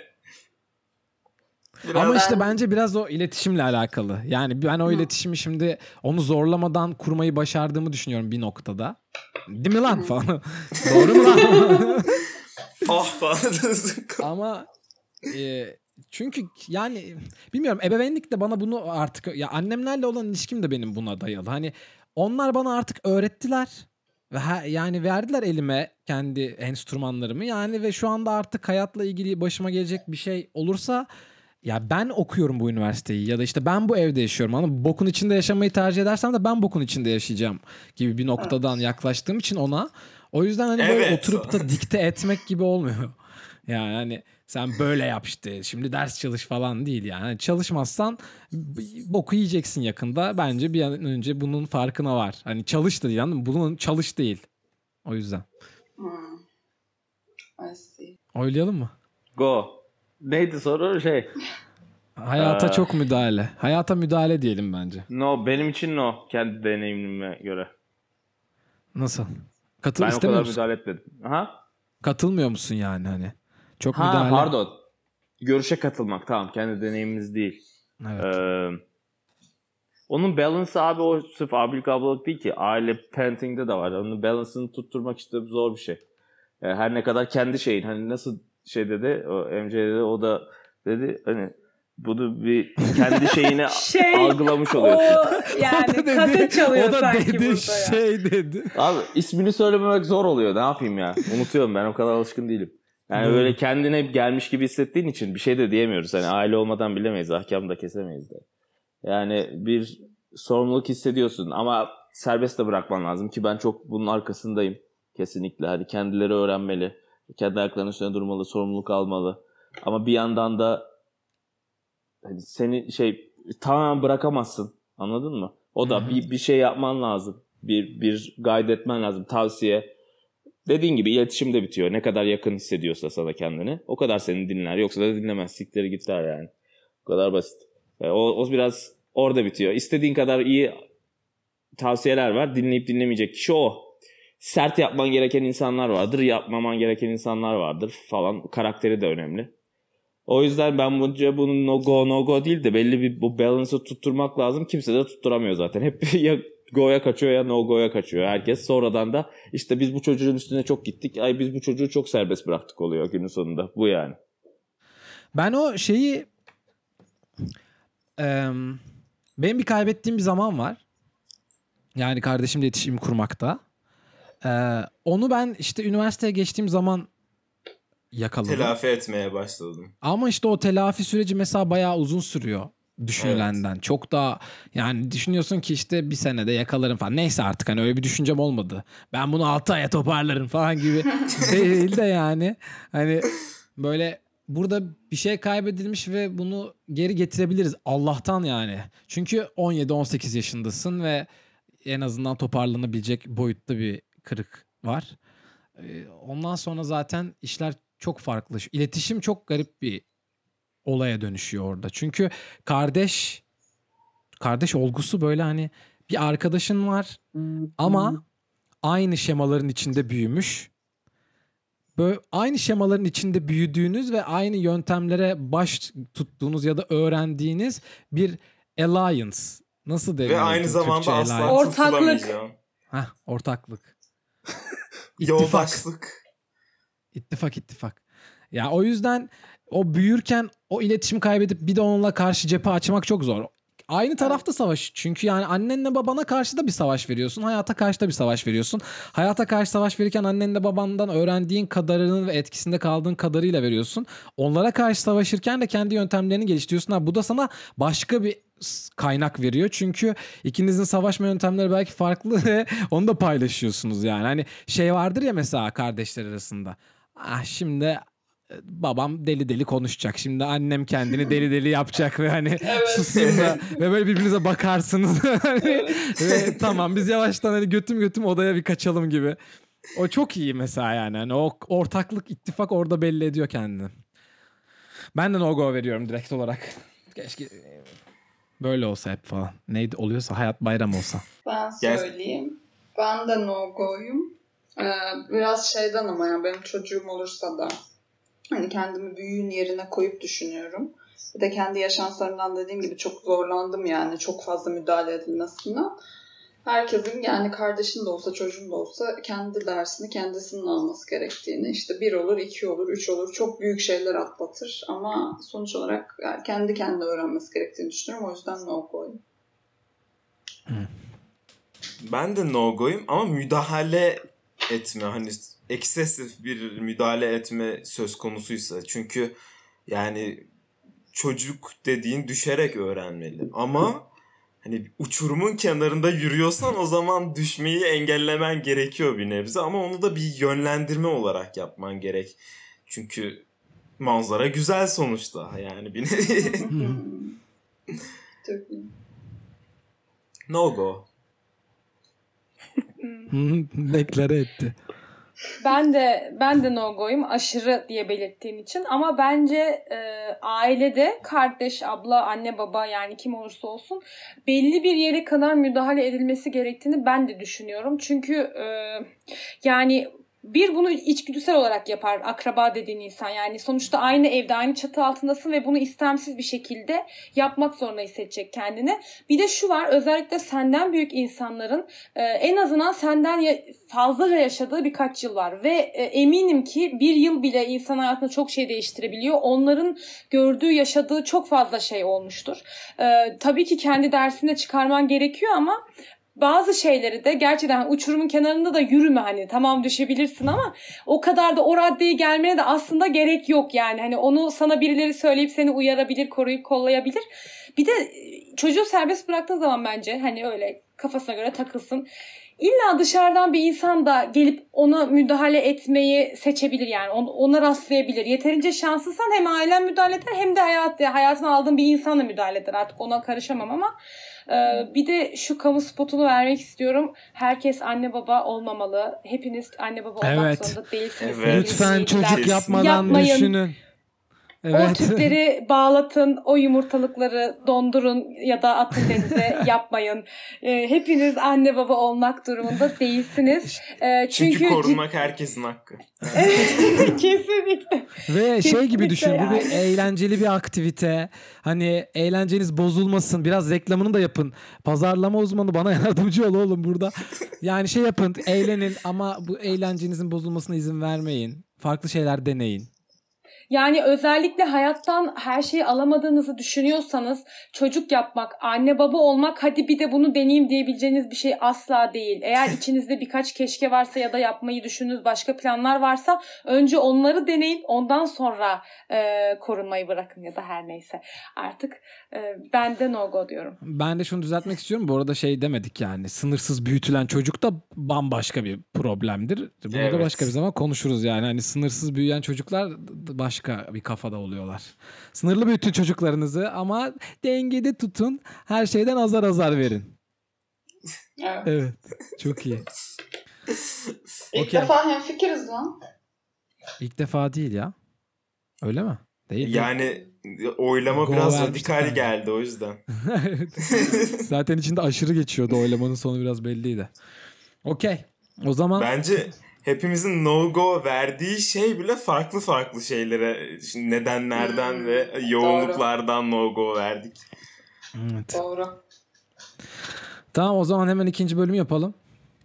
biraz Ama işte Ben- bence biraz o iletişimle alakalı. Yani ben o Hı. iletişimi şimdi onu zorlamadan kurmayı başardığımı düşünüyorum bir noktada. Değil mi lan falan. Doğru mu lan? ah falan. Ama e, çünkü yani bilmiyorum ebeveynlik de bana bunu artık ya annemlerle olan ilişkim de benim buna dayalı. Hani onlar bana artık öğrettiler ve ha- yani verdiler elime kendi enstrümanlarımı yani ve şu anda artık hayatla ilgili başıma gelecek bir şey olursa ya ben okuyorum bu üniversiteyi ya da işte ben bu evde yaşıyorum ama bokun içinde yaşamayı tercih edersem de ben bokun içinde yaşayacağım gibi bir noktadan yaklaştığım için ona o yüzden hani böyle Evet. oturup da dikte etmek gibi olmuyor. Yani hani sen böyle yap işte şimdi ders çalış falan değil yani. Hani çalışmazsan b- boku yiyeceksin yakında. Bence bir an önce bunun farkına var. Hani çalış da değil anladın mı? Bunun çalış değil. O yüzden. Hmm. I see. Oylayalım mı? Go. Neydi soru şey? Hayata Ee, çok müdahale. Hayata müdahale diyelim bence. No benim için no. Kendi deneyimime göre. Nasıl? Katıl Ben o istemiyor kadar musun? müdahale etmedim. Aha. Katılmıyor musun yani hani? Çok Ha müdahale. pardon. Görüşe katılmak tamam kendi deneyimimiz değil. Evet. Ee, onun balance'ı abi o sırf abilik ablalık değil ki. Aile parenting'de de var. Onun balance'ını tutturmak işte zor bir şey. Ee, her ne kadar kendi şeyin hani nasıl şey dedi o M C dedi o da dedi hani bunu bir kendi şeyine Şey, algılamış O oluyorsun. yani kaset çalıyor o da sanki dedi burada ya. şey dedi. Abi ismini söylememek zor oluyor. Ne yapayım ya? Unutuyorum ben o kadar alışkın değilim. Yani Doğru. böyle kendine gelmiş gibi hissettiğin için bir şey de diyemiyoruz. Hani aile olmadan bilemeyiz. Ahkam da kesemeyiz de. Yani bir sorumluluk hissediyorsun ama serbest de bırakman lazım ki ben çok bunun arkasındayım kesinlikle. Hani kendileri öğrenmeli, kendi ayaklarının üstüne durmalı, sorumluluk almalı. Ama bir yandan da hani seni şey tamamen bırakamazsın. Anladın mı? O da bir bir şey yapman lazım. Bir bir guide etmen lazım. Tavsiye. Dediğin gibi iletişim de bitiyor. Ne kadar yakın hissediyorsa sana kendini, o kadar seni dinler. Yoksa da dinlemez. Siktir git der yani. O kadar basit. Yani o, o biraz orada bitiyor. İstediğin kadar iyi tavsiyeler var. Dinleyip dinlemeyecek kişi o. Sert yapman gereken insanlar vardır. Yapmaman gereken insanlar vardır falan. Karakteri de önemli. O yüzden ben bunca bunun no go no go değil de belli bir bu balance'ı tutturmak lazım. Kimse de tutturamıyor zaten. Hep ya go'ya kaçıyor ya no go'ya kaçıyor herkes. Sonradan da işte biz bu çocuğun üstüne çok gittik. Ay biz bu çocuğu çok serbest bıraktık oluyor günün sonunda. Bu yani. Ben o şeyi e, benim bir kaybettiğim bir zaman var. Yani kardeşimle iletişim kurmakta. E, onu ben işte üniversiteye geçtiğim zaman yakaladım. Telafi etmeye başladım. Ama işte o telafi süreci mesela bayağı uzun sürüyor düşünülenden. Evet. Çok daha yani düşünüyorsun ki işte bir senede yakalarım falan. Neyse artık hani öyle bir düşüncem olmadı. Ben bunu altı aya toparlarım falan gibi değil de yani. Hani böyle burada bir şey kaybedilmiş ve bunu geri getirebiliriz. Allah'tan yani. Çünkü on yedi on sekiz yaşındasın ve en azından toparlanabilecek boyutta bir kırık var. Ondan sonra zaten işler çok farklı. İletişim çok garip bir olaya dönüşüyor orada. Çünkü kardeş kardeş olgusu böyle hani bir arkadaşın var ama aynı şemaların içinde büyümüş. Böyle aynı şemaların içinde büyüdüğünüz ve aynı yöntemlere baş tuttuğunuz ya da öğrendiğiniz bir alliance. Nasıl deniyor? Ve aynı zamanda asla ortaklık. Heh, ortaklık. Yoldaşlık. İttifak ittifak. Ya o yüzden o büyürken o iletişim kaybedip bir de onunla karşı cephe açmak çok zor. Aynı tarafta savaş. Çünkü yani annenle babana karşı da bir savaş veriyorsun. Hayata karşı da bir savaş veriyorsun. Hayata karşı savaş verirken annenle babandan öğrendiğin kadarını ve etkisinde kaldığın kadarıyla veriyorsun. Onlara karşı savaşırken de kendi yöntemlerini geliştiriyorsun. Ha, bu da sana başka bir kaynak veriyor. Çünkü ikinizin savaşma yöntemleri belki farklı ve onu da paylaşıyorsunuz yani. Hani şey vardır ya mesela kardeşler arasında. Ah şimdi babam deli deli konuşacak. Şimdi annem kendini deli deli yapacak ve hani evet. susayım da ve böyle birbirinize bakarsınız. hani, ve tamam biz yavaştan hani götüm götüm odaya bir kaçalım gibi. O çok iyi mesela yani. Hani o ortaklık, ittifak orada belli ediyor kendini. Ben de no go veriyorum direkt olarak. Keşke böyle olsa hep falan. Neydi oluyorsa hayat bayram olsa. Ben söyleyeyim. Ben de no go'yum. Ee, biraz şeyden ama yani benim çocuğum olursa da hani kendimi büyüğün yerine koyup düşünüyorum. Bir de kendi yaşantılarımdan dediğim gibi çok zorlandım yani çok fazla müdahale edilmesinden. Herkesin yani kardeşin de olsa çocuğun da olsa kendi dersini kendisinin alması gerektiğini, işte bir olur, iki olur, üç olur, çok büyük şeyler atlatır ama sonuç olarak yani kendi kendine öğrenmesi gerektiğini düşünüyorum. O yüzden no go'yum. Ben de no go'yum ama müdahale etme, hani eksesif bir müdahale etme söz konusuysa. Çünkü yani çocuk dediğin düşerek öğrenmeli. Ama hani uçurumun kenarında yürüyorsan o zaman düşmeyi engellemen gerekiyor bir nebze. Ama onu da bir yönlendirme olarak yapman gerek. Çünkü manzara güzel sonuçta. Yani bir no go. Deklare etti. Ben de ben de no go'yum aşırı diye belirttiğim için ama bence e, ailede kardeş, abla, anne, baba yani kim olursa olsun belli bir yere kadar müdahale edilmesi gerektiğini ben de düşünüyorum. Çünkü e, yani bir bunu içgüdüsel olarak yapar akraba dediğin insan. Yani sonuçta aynı evde aynı çatı altındasın ve bunu istemsiz bir şekilde yapmak zorunda hissedecek kendini. Bir de şu var, özellikle senden büyük insanların e, en azından senden ya, fazlaca yaşadığı birkaç yıl var. Ve e, eminim ki bir yıl bile insan hayatında çok şey değiştirebiliyor. Onların gördüğü, yaşadığı çok fazla şey olmuştur. E, tabii ki kendi dersini çıkarman gerekiyor ama bazı şeyleri de gerçekten uçurumun kenarında da yürüme, hani tamam düşebilirsin ama o kadar da o raddeye gelmene de aslında gerek yok yani. Hani onu sana birileri söyleyip seni uyarabilir, koruyup kollayabilir. Bir de çocuğu serbest bıraktığın zaman bence hani öyle kafasına göre takılsın. İlla dışarıdan bir insan da gelip ona müdahale etmeyi seçebilir yani. Ona rastlayabilir. Yeterince şanslıysan hem ailen müdahale eder hem de hayat, hayatına aldığın bir insanla müdahale eder. Artık ona karışamam ama e, bir de şu kamu spotunu vermek istiyorum. Herkes anne baba olmamalı. Hepiniz anne baba olmak Evet. zorunda değilsiniz. Evet. Lütfen çocuk Kesinlikle. yapmadan Yapmayın. düşünün. O Evet. tüpleri bağlatın, o yumurtalıkları dondurun ya da atın denize, yapmayın. Ee, hepiniz anne baba olmak durumunda değilsiniz. Ee, Çünkü, çünkü korunmak herkesin hakkı. Evet, kesinlikle. Ve şey gibi Kesinlikle düşün, bu bir yani. eğlenceli bir aktivite. Hani eğlenceniz bozulmasın. Biraz reklamını da yapın. Pazarlama uzmanı bana yardımcı ol oğlum burada. Yani şey yapın, eğlenin ama bu eğlencenizin bozulmasına izin vermeyin. Farklı şeyler deneyin. Yani özellikle hayattan her şeyi alamadığınızı düşünüyorsanız çocuk yapmak, anne baba olmak, hadi bir de bunu deneyeyim diyebileceğiniz bir şey asla değil. Eğer içinizde birkaç keşke varsa ya da yapmayı düşündüğünüz başka planlar varsa önce onları deneyin, ondan sonra e, korunmayı bırakın ya da her neyse. Artık e, ben de no go diyorum. Ben de şunu düzeltmek istiyorum. Bu arada şey demedik yani. Sınırsız büyütülen çocuk da bambaşka bir problemdir. Bunu Evet. da başka bir zaman konuşuruz yani. Hani sınırsız büyüyen çocuklar başka bir kafada oluyorlar. Sınırlı büyütün çocuklarınızı ama dengede tutun. Her şeyden azar azar verin. Evet. Evet. Çok iyi. İlk Okey. defa hemfikiriz lan. İlk defa değil ya. Öyle mi? Değil. değil. Yani oylama Go biraz vermiştik radikal yani. geldi o yüzden. Evet. Zaten içinde aşırı geçiyordu. Oylamanın sonu biraz belliydi. Okey. O zaman Bence hepimizin no-go verdiği şey bile farklı farklı şeylere, şimdi nedenlerden Hmm, ve yoğunluklardan no-go verdik. evet. Doğru. Tamam, o zaman hemen ikinci bölümü yapalım.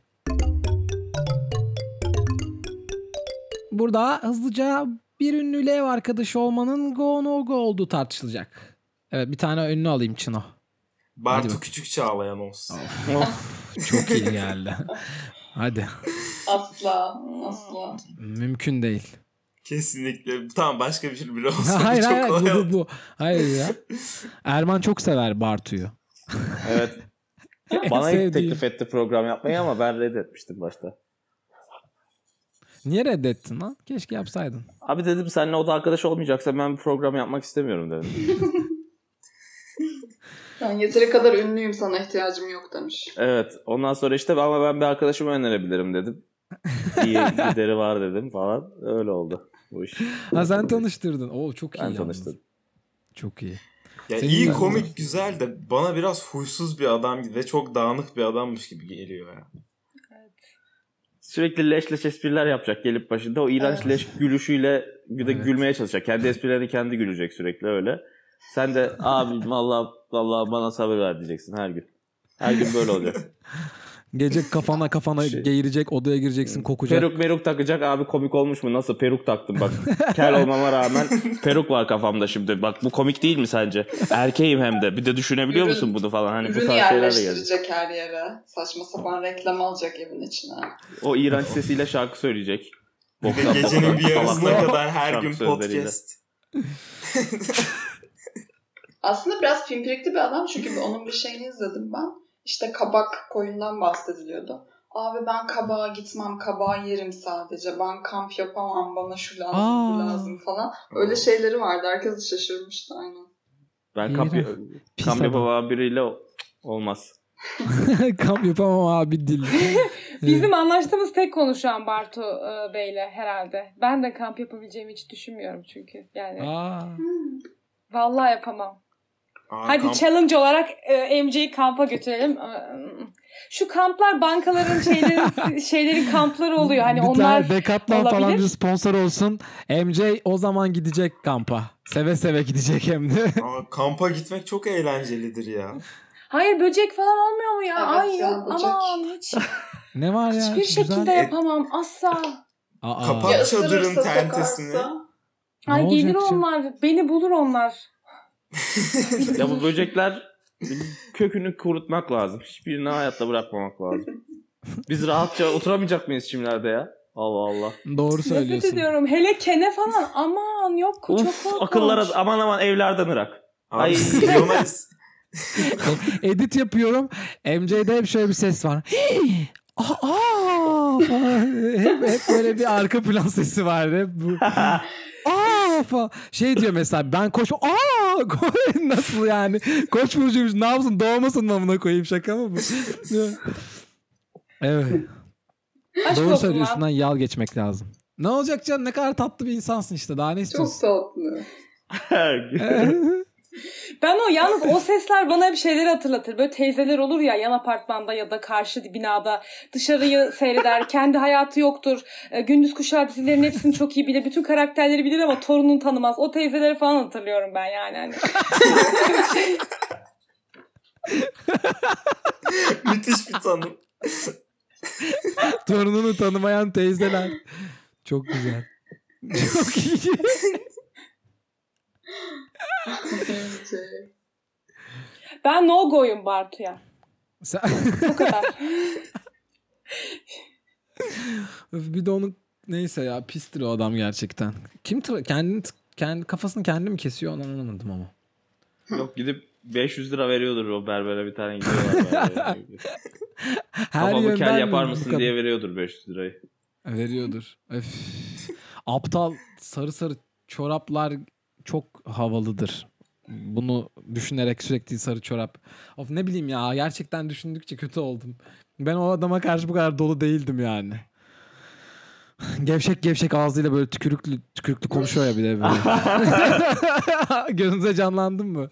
Burada hızlıca bir ünlüyle ev arkadaşı olmanın go no go olduğu tartışılacak. Evet, bir tane ünlü alayım Çıno. Bartu bakayım. Küçük Çağlayan olsun. Of, çok iyi geldi. Hadi. Asla. Asla. Mümkün değil. Kesinlikle. Tamam, başka bir şey bile olsa hayır çok hayır bu, kolay bu olur. bu. Hayır ya. Erman çok sever Bartu'yu. Evet. Bana ilk Sevdiğim. teklif etti program yapmayı ama ben reddetmiştim başta. Niye reddettin lan? Keşke yapsaydın. Abi dedim seninle o da arkadaş olmayacaksa ben bir program yapmak istemiyorum dedim. Ben yeteri kadar ünlüyüm, sana ihtiyacım yok demiş. Evet. Ondan sonra işte ama ben bir arkadaşımı önerebilirim dedim. İyi gideri var dedim falan. Öyle oldu bu iş. Ha, sen tanıştırdın. Oo, çok iyi Ben yalnız. tanıştırdım. Çok iyi. Ya Senin iyi, de- komik, güzel de bana biraz huysuz bir adam gibi ve çok dağınık bir adammış gibi geliyor ya. Sürekli leş leş espriler yapacak gelip başında. O iğrenç Evet. leş gülüşüyle bir de Evet. gülmeye çalışacak. Kendi esprilerini kendi gülecek sürekli öyle. Sen de abi vallahi vallahi bana sabır ver diyeceksin her gün. Her gün böyle olacak. Gece kafana kafana Şey- geğirecek, odaya gireceksin, kokacak. Peruk meruk takacak abi, komik olmuş mu? Nasıl peruk taktım bak. Kel olmama rağmen peruk var kafamda şimdi. Bak bu komik değil mi sence? Erkeğim hem de. Bir de düşünebiliyor Ürün- musun bunu falan? Hani bu Ürün tarz şeyler de gelecek. yerleştirecek her yere. Saçma sapan reklam alacak evin içine. O iğrenç sesiyle şarkı söyleyecek. Ve Boktan gecenin boktan bir yarısına salaklar kadar her şarkı gün sözleriyle. podcast. Aslında biraz pimpirikli bir adam çünkü onun bir şeyini izledim ben. İşte kabak koyundan bahsediliyordu. Abi ben kabağa gitmem, kabağı yerim sadece. Ben kamp yapamam, bana şu lazım, bu Aa. lazım falan. Öyle şeyleri vardı. Herkes de şaşırmıştı aynen. Ben kamp, İğrenç. Pis kamp adam. yapamam biriyle o- olmaz. Kamp yapamam abi dil. Bizim anlaştığımız tek konu şu an Bartu e, Bey'le herhalde. Ben de kamp yapabileceğimi hiç düşünmüyorum çünkü. Yani Aa. vallahi yapamam. Aa, Hadi kamp- challenge olarak e, M C'yi kampa götürelim. Şu kamplar bankaların şeylerin şeylerin kampları oluyor. Hani bir onlar tane Decathlon falan olabilir. bir sponsor olsun. M J o zaman gidecek kampa. Seve seve gidecek hem de. Aa, kampa gitmek çok eğlencelidir ya. Hayır, böcek falan olmuyor mu ya? Evet Ay ya, yok böcek. aman hiç Ne var ya? hiçbir Güzel. şekilde yapamam asla. Aa. Kapat Ya çadırın ısırırsa, tentesini. sokarsa? Ne Ay olacak gelir canım? onlar. Beni bulur onlar. Ya bu böcekler Kökünü kurutmak lazım. Hiçbirini hayatta bırakmamak lazım. Biz rahatça oturamayacak mıyız şimdilerde ya? Allah Allah. Doğru Nefret söylüyorsun. ediyorum. Hele kene falan. Aman yok çok Uf, korkunç. akıllara aman aman evlerden ırak. Abi Ay. Leonel Edit yapıyorum. M C'de hep şöyle bir ses var. Aa, aa falan. Hep, hep böyle bir arka plan sesi var. Hep bu. Aa falan. Şey diyor mesela ben koş. Aa ko- nasıl yani? Koç burcuymuş. Ne yapsın? Doğmasın mı amına koyayım, şaka mı bu? Evet. Aşk Doğru olsun söylüyorsun lan. lan, yal geçmek lazım. Ne olacak canım, ne kadar tatlı bir insansın işte, daha ne Çok istiyorsun? tatlı. Ben o yalnız o sesler bana bir şeyleri hatırlatır. Böyle teyzeler olur ya yan apartmanda ya da karşı binada dışarıyı seyreder. Kendi hayatı yoktur. E, Gündüz Kuşağı dizilerinin hepsini çok iyi bilir. Bütün karakterleri bilir ama torununu tanımaz. O teyzeleri falan hatırlıyorum ben yani. Hani. müthiş bir tanım. Torununu tanımayan teyzeler. Çok güzel. Çok iyi. Ben no go'yum Bartu'ya. Sen... Bu kadar. Bir de onu neyse ya, pistir o adam gerçekten. Kim tra- kendini t- kendi kafasını kendi mi kesiyor, onu anlamadım ama. Yok, gidip beş yüz lira veriyordur o berbere, bir tane gidiyorlar. Her Kafamı kel yönden yapar bu mısın kadar. diye veriyordur beş yüz lirayı. Veriyordur. Öf. Aptal sarı sarı çoraplar çok havalıdır. Bunu düşünerek sürekli sarı çorap. Of, ne bileyim ya, gerçekten düşündükçe kötü oldum. Ben o adama karşı bu kadar dolu değildim yani. Gevşek gevşek ağzıyla böyle tükürüklü tükürüklü konuşuyor ya bir de böyle. Gözünüze canlandın mı?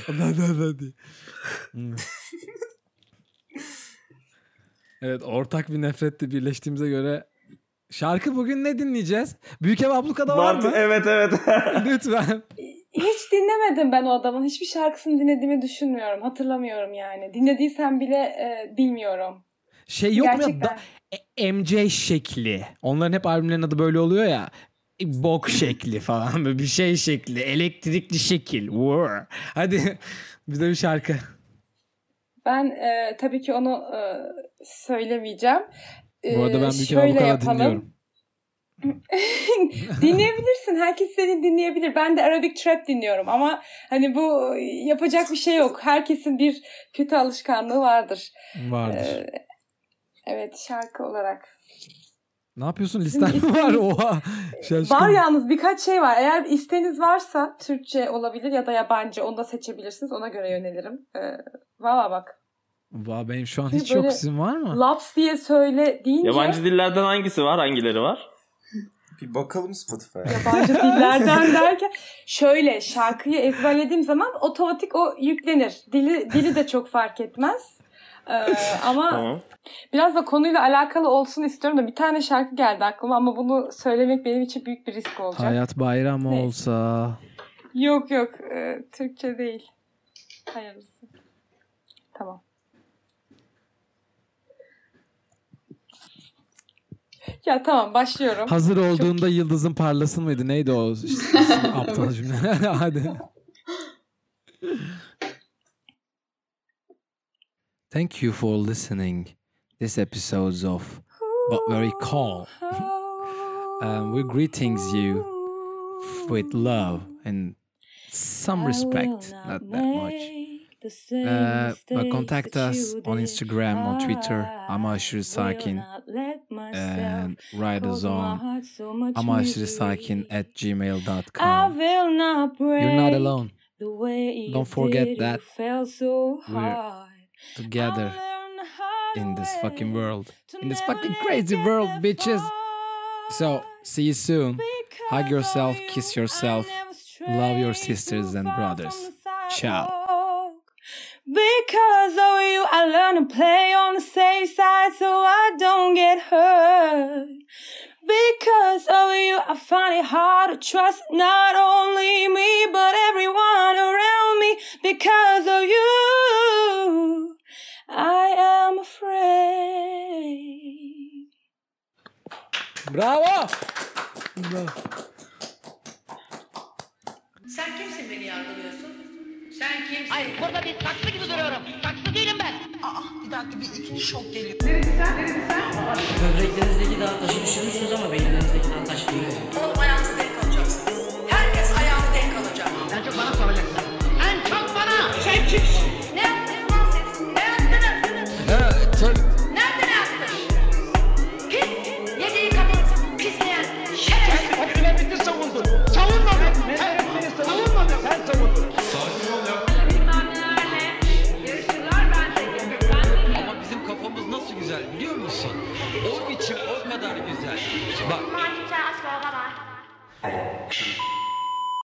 Evet, ortak bir nefretle birleştiğimize göre şarkı bugün ne dinleyeceğiz? Büyük Ev Abluka'da var mı? Evet evet. Lütfen. Hiç dinlemedim ben o adamın. Hiçbir şarkısını dinlediğimi düşünmüyorum. Hatırlamıyorum yani. Dinlediysem bile e, bilmiyorum. Şey yok mu ya? Gerçekten. Da- E- M J şekli. Onların hep albümlerin adı böyle oluyor ya. E, Bok şekli falan, böyle bir şey şekli. Elektrikli şekil. Wow. Hadi bize bir şarkı. Ben e, tabii ki onu e, söylemeyeceğim. E, Bu arada ben Büyük Ev şöyle Abluka'da yapalım. dinliyorum. Dinleyebilirsin. Herkes seni dinleyebilir. Ben de Arabic Trap dinliyorum ama hani bu yapacak bir şey yok. Herkesin bir kötü alışkanlığı vardır. Vardır. Ee, evet, şarkı olarak. Ne yapıyorsun? Sizin Listen mi var? isteğiniz- Oha. Şaşkın. Var yalnız birkaç şey var. Eğer isteğiniz varsa Türkçe olabilir ya da yabancı, onu da seçebilirsiniz. Ona göre yönelirim. Ee, Valla bak. Vay, benim şu an Bir hiç yok. böyle Sizin var mı? Laps diye söyle deyince Yabancı dillerden hangisi var? Hangileri var? Bir bakalım Spotify'a. yabancı dillerden derken şöyle şarkıyı ezberlediğim zaman otomatik o yüklenir. Dili dili de çok fark etmez. Ee, ama Tamam. biraz da konuyla alakalı olsun istiyorum da bir tane şarkı geldi aklıma ama bunu söylemek benim için büyük bir risk olacak. Hayat bayramı Neyse. olsa. Yok yok e, Türkçe değil. Hayırlısı. Tamam. Ya tamam, başlıyorum. Hazır olduğunda yıldızın parlasın mıydı? Neydi o aptal cümle? Hadi. Thank you for listening this episodes of But Very Calm. Um, we greetings you with love and some respect, not that much. Uh, but contact us on Instagram, on Twitter, Ama Aşırı Sakin, and write us on ama aşırı sakin at gmail dot com. You're not alone. Don't forget that we're together in this fucking world, in this fucking crazy world, bitches. So, see you soon. Hug yourself, kiss yourself, love your sisters and brothers. Ciao. Because of you, I learn to play on the safe side so I don't get hurt. Because of you, I find it hard to trust not only me, but everyone around me. Because of you, I am afraid. Bravo. Bravo. Sen kimsin beni yargılıyorsun? Sen kimsin? Hayır, burada bir saksı gibi duruyorum. dakika bir ikinci şok geliyor. Böbreklerinizdeki dağı taşı düşürmüşsünüz ama beyinlerinizdeki dağı taşı değil. Oğlum ayağınızı denk alacaksınız. Herkes ayağını denk alacak. En çok bana soracaksın. En çok bana. Sen kimsin?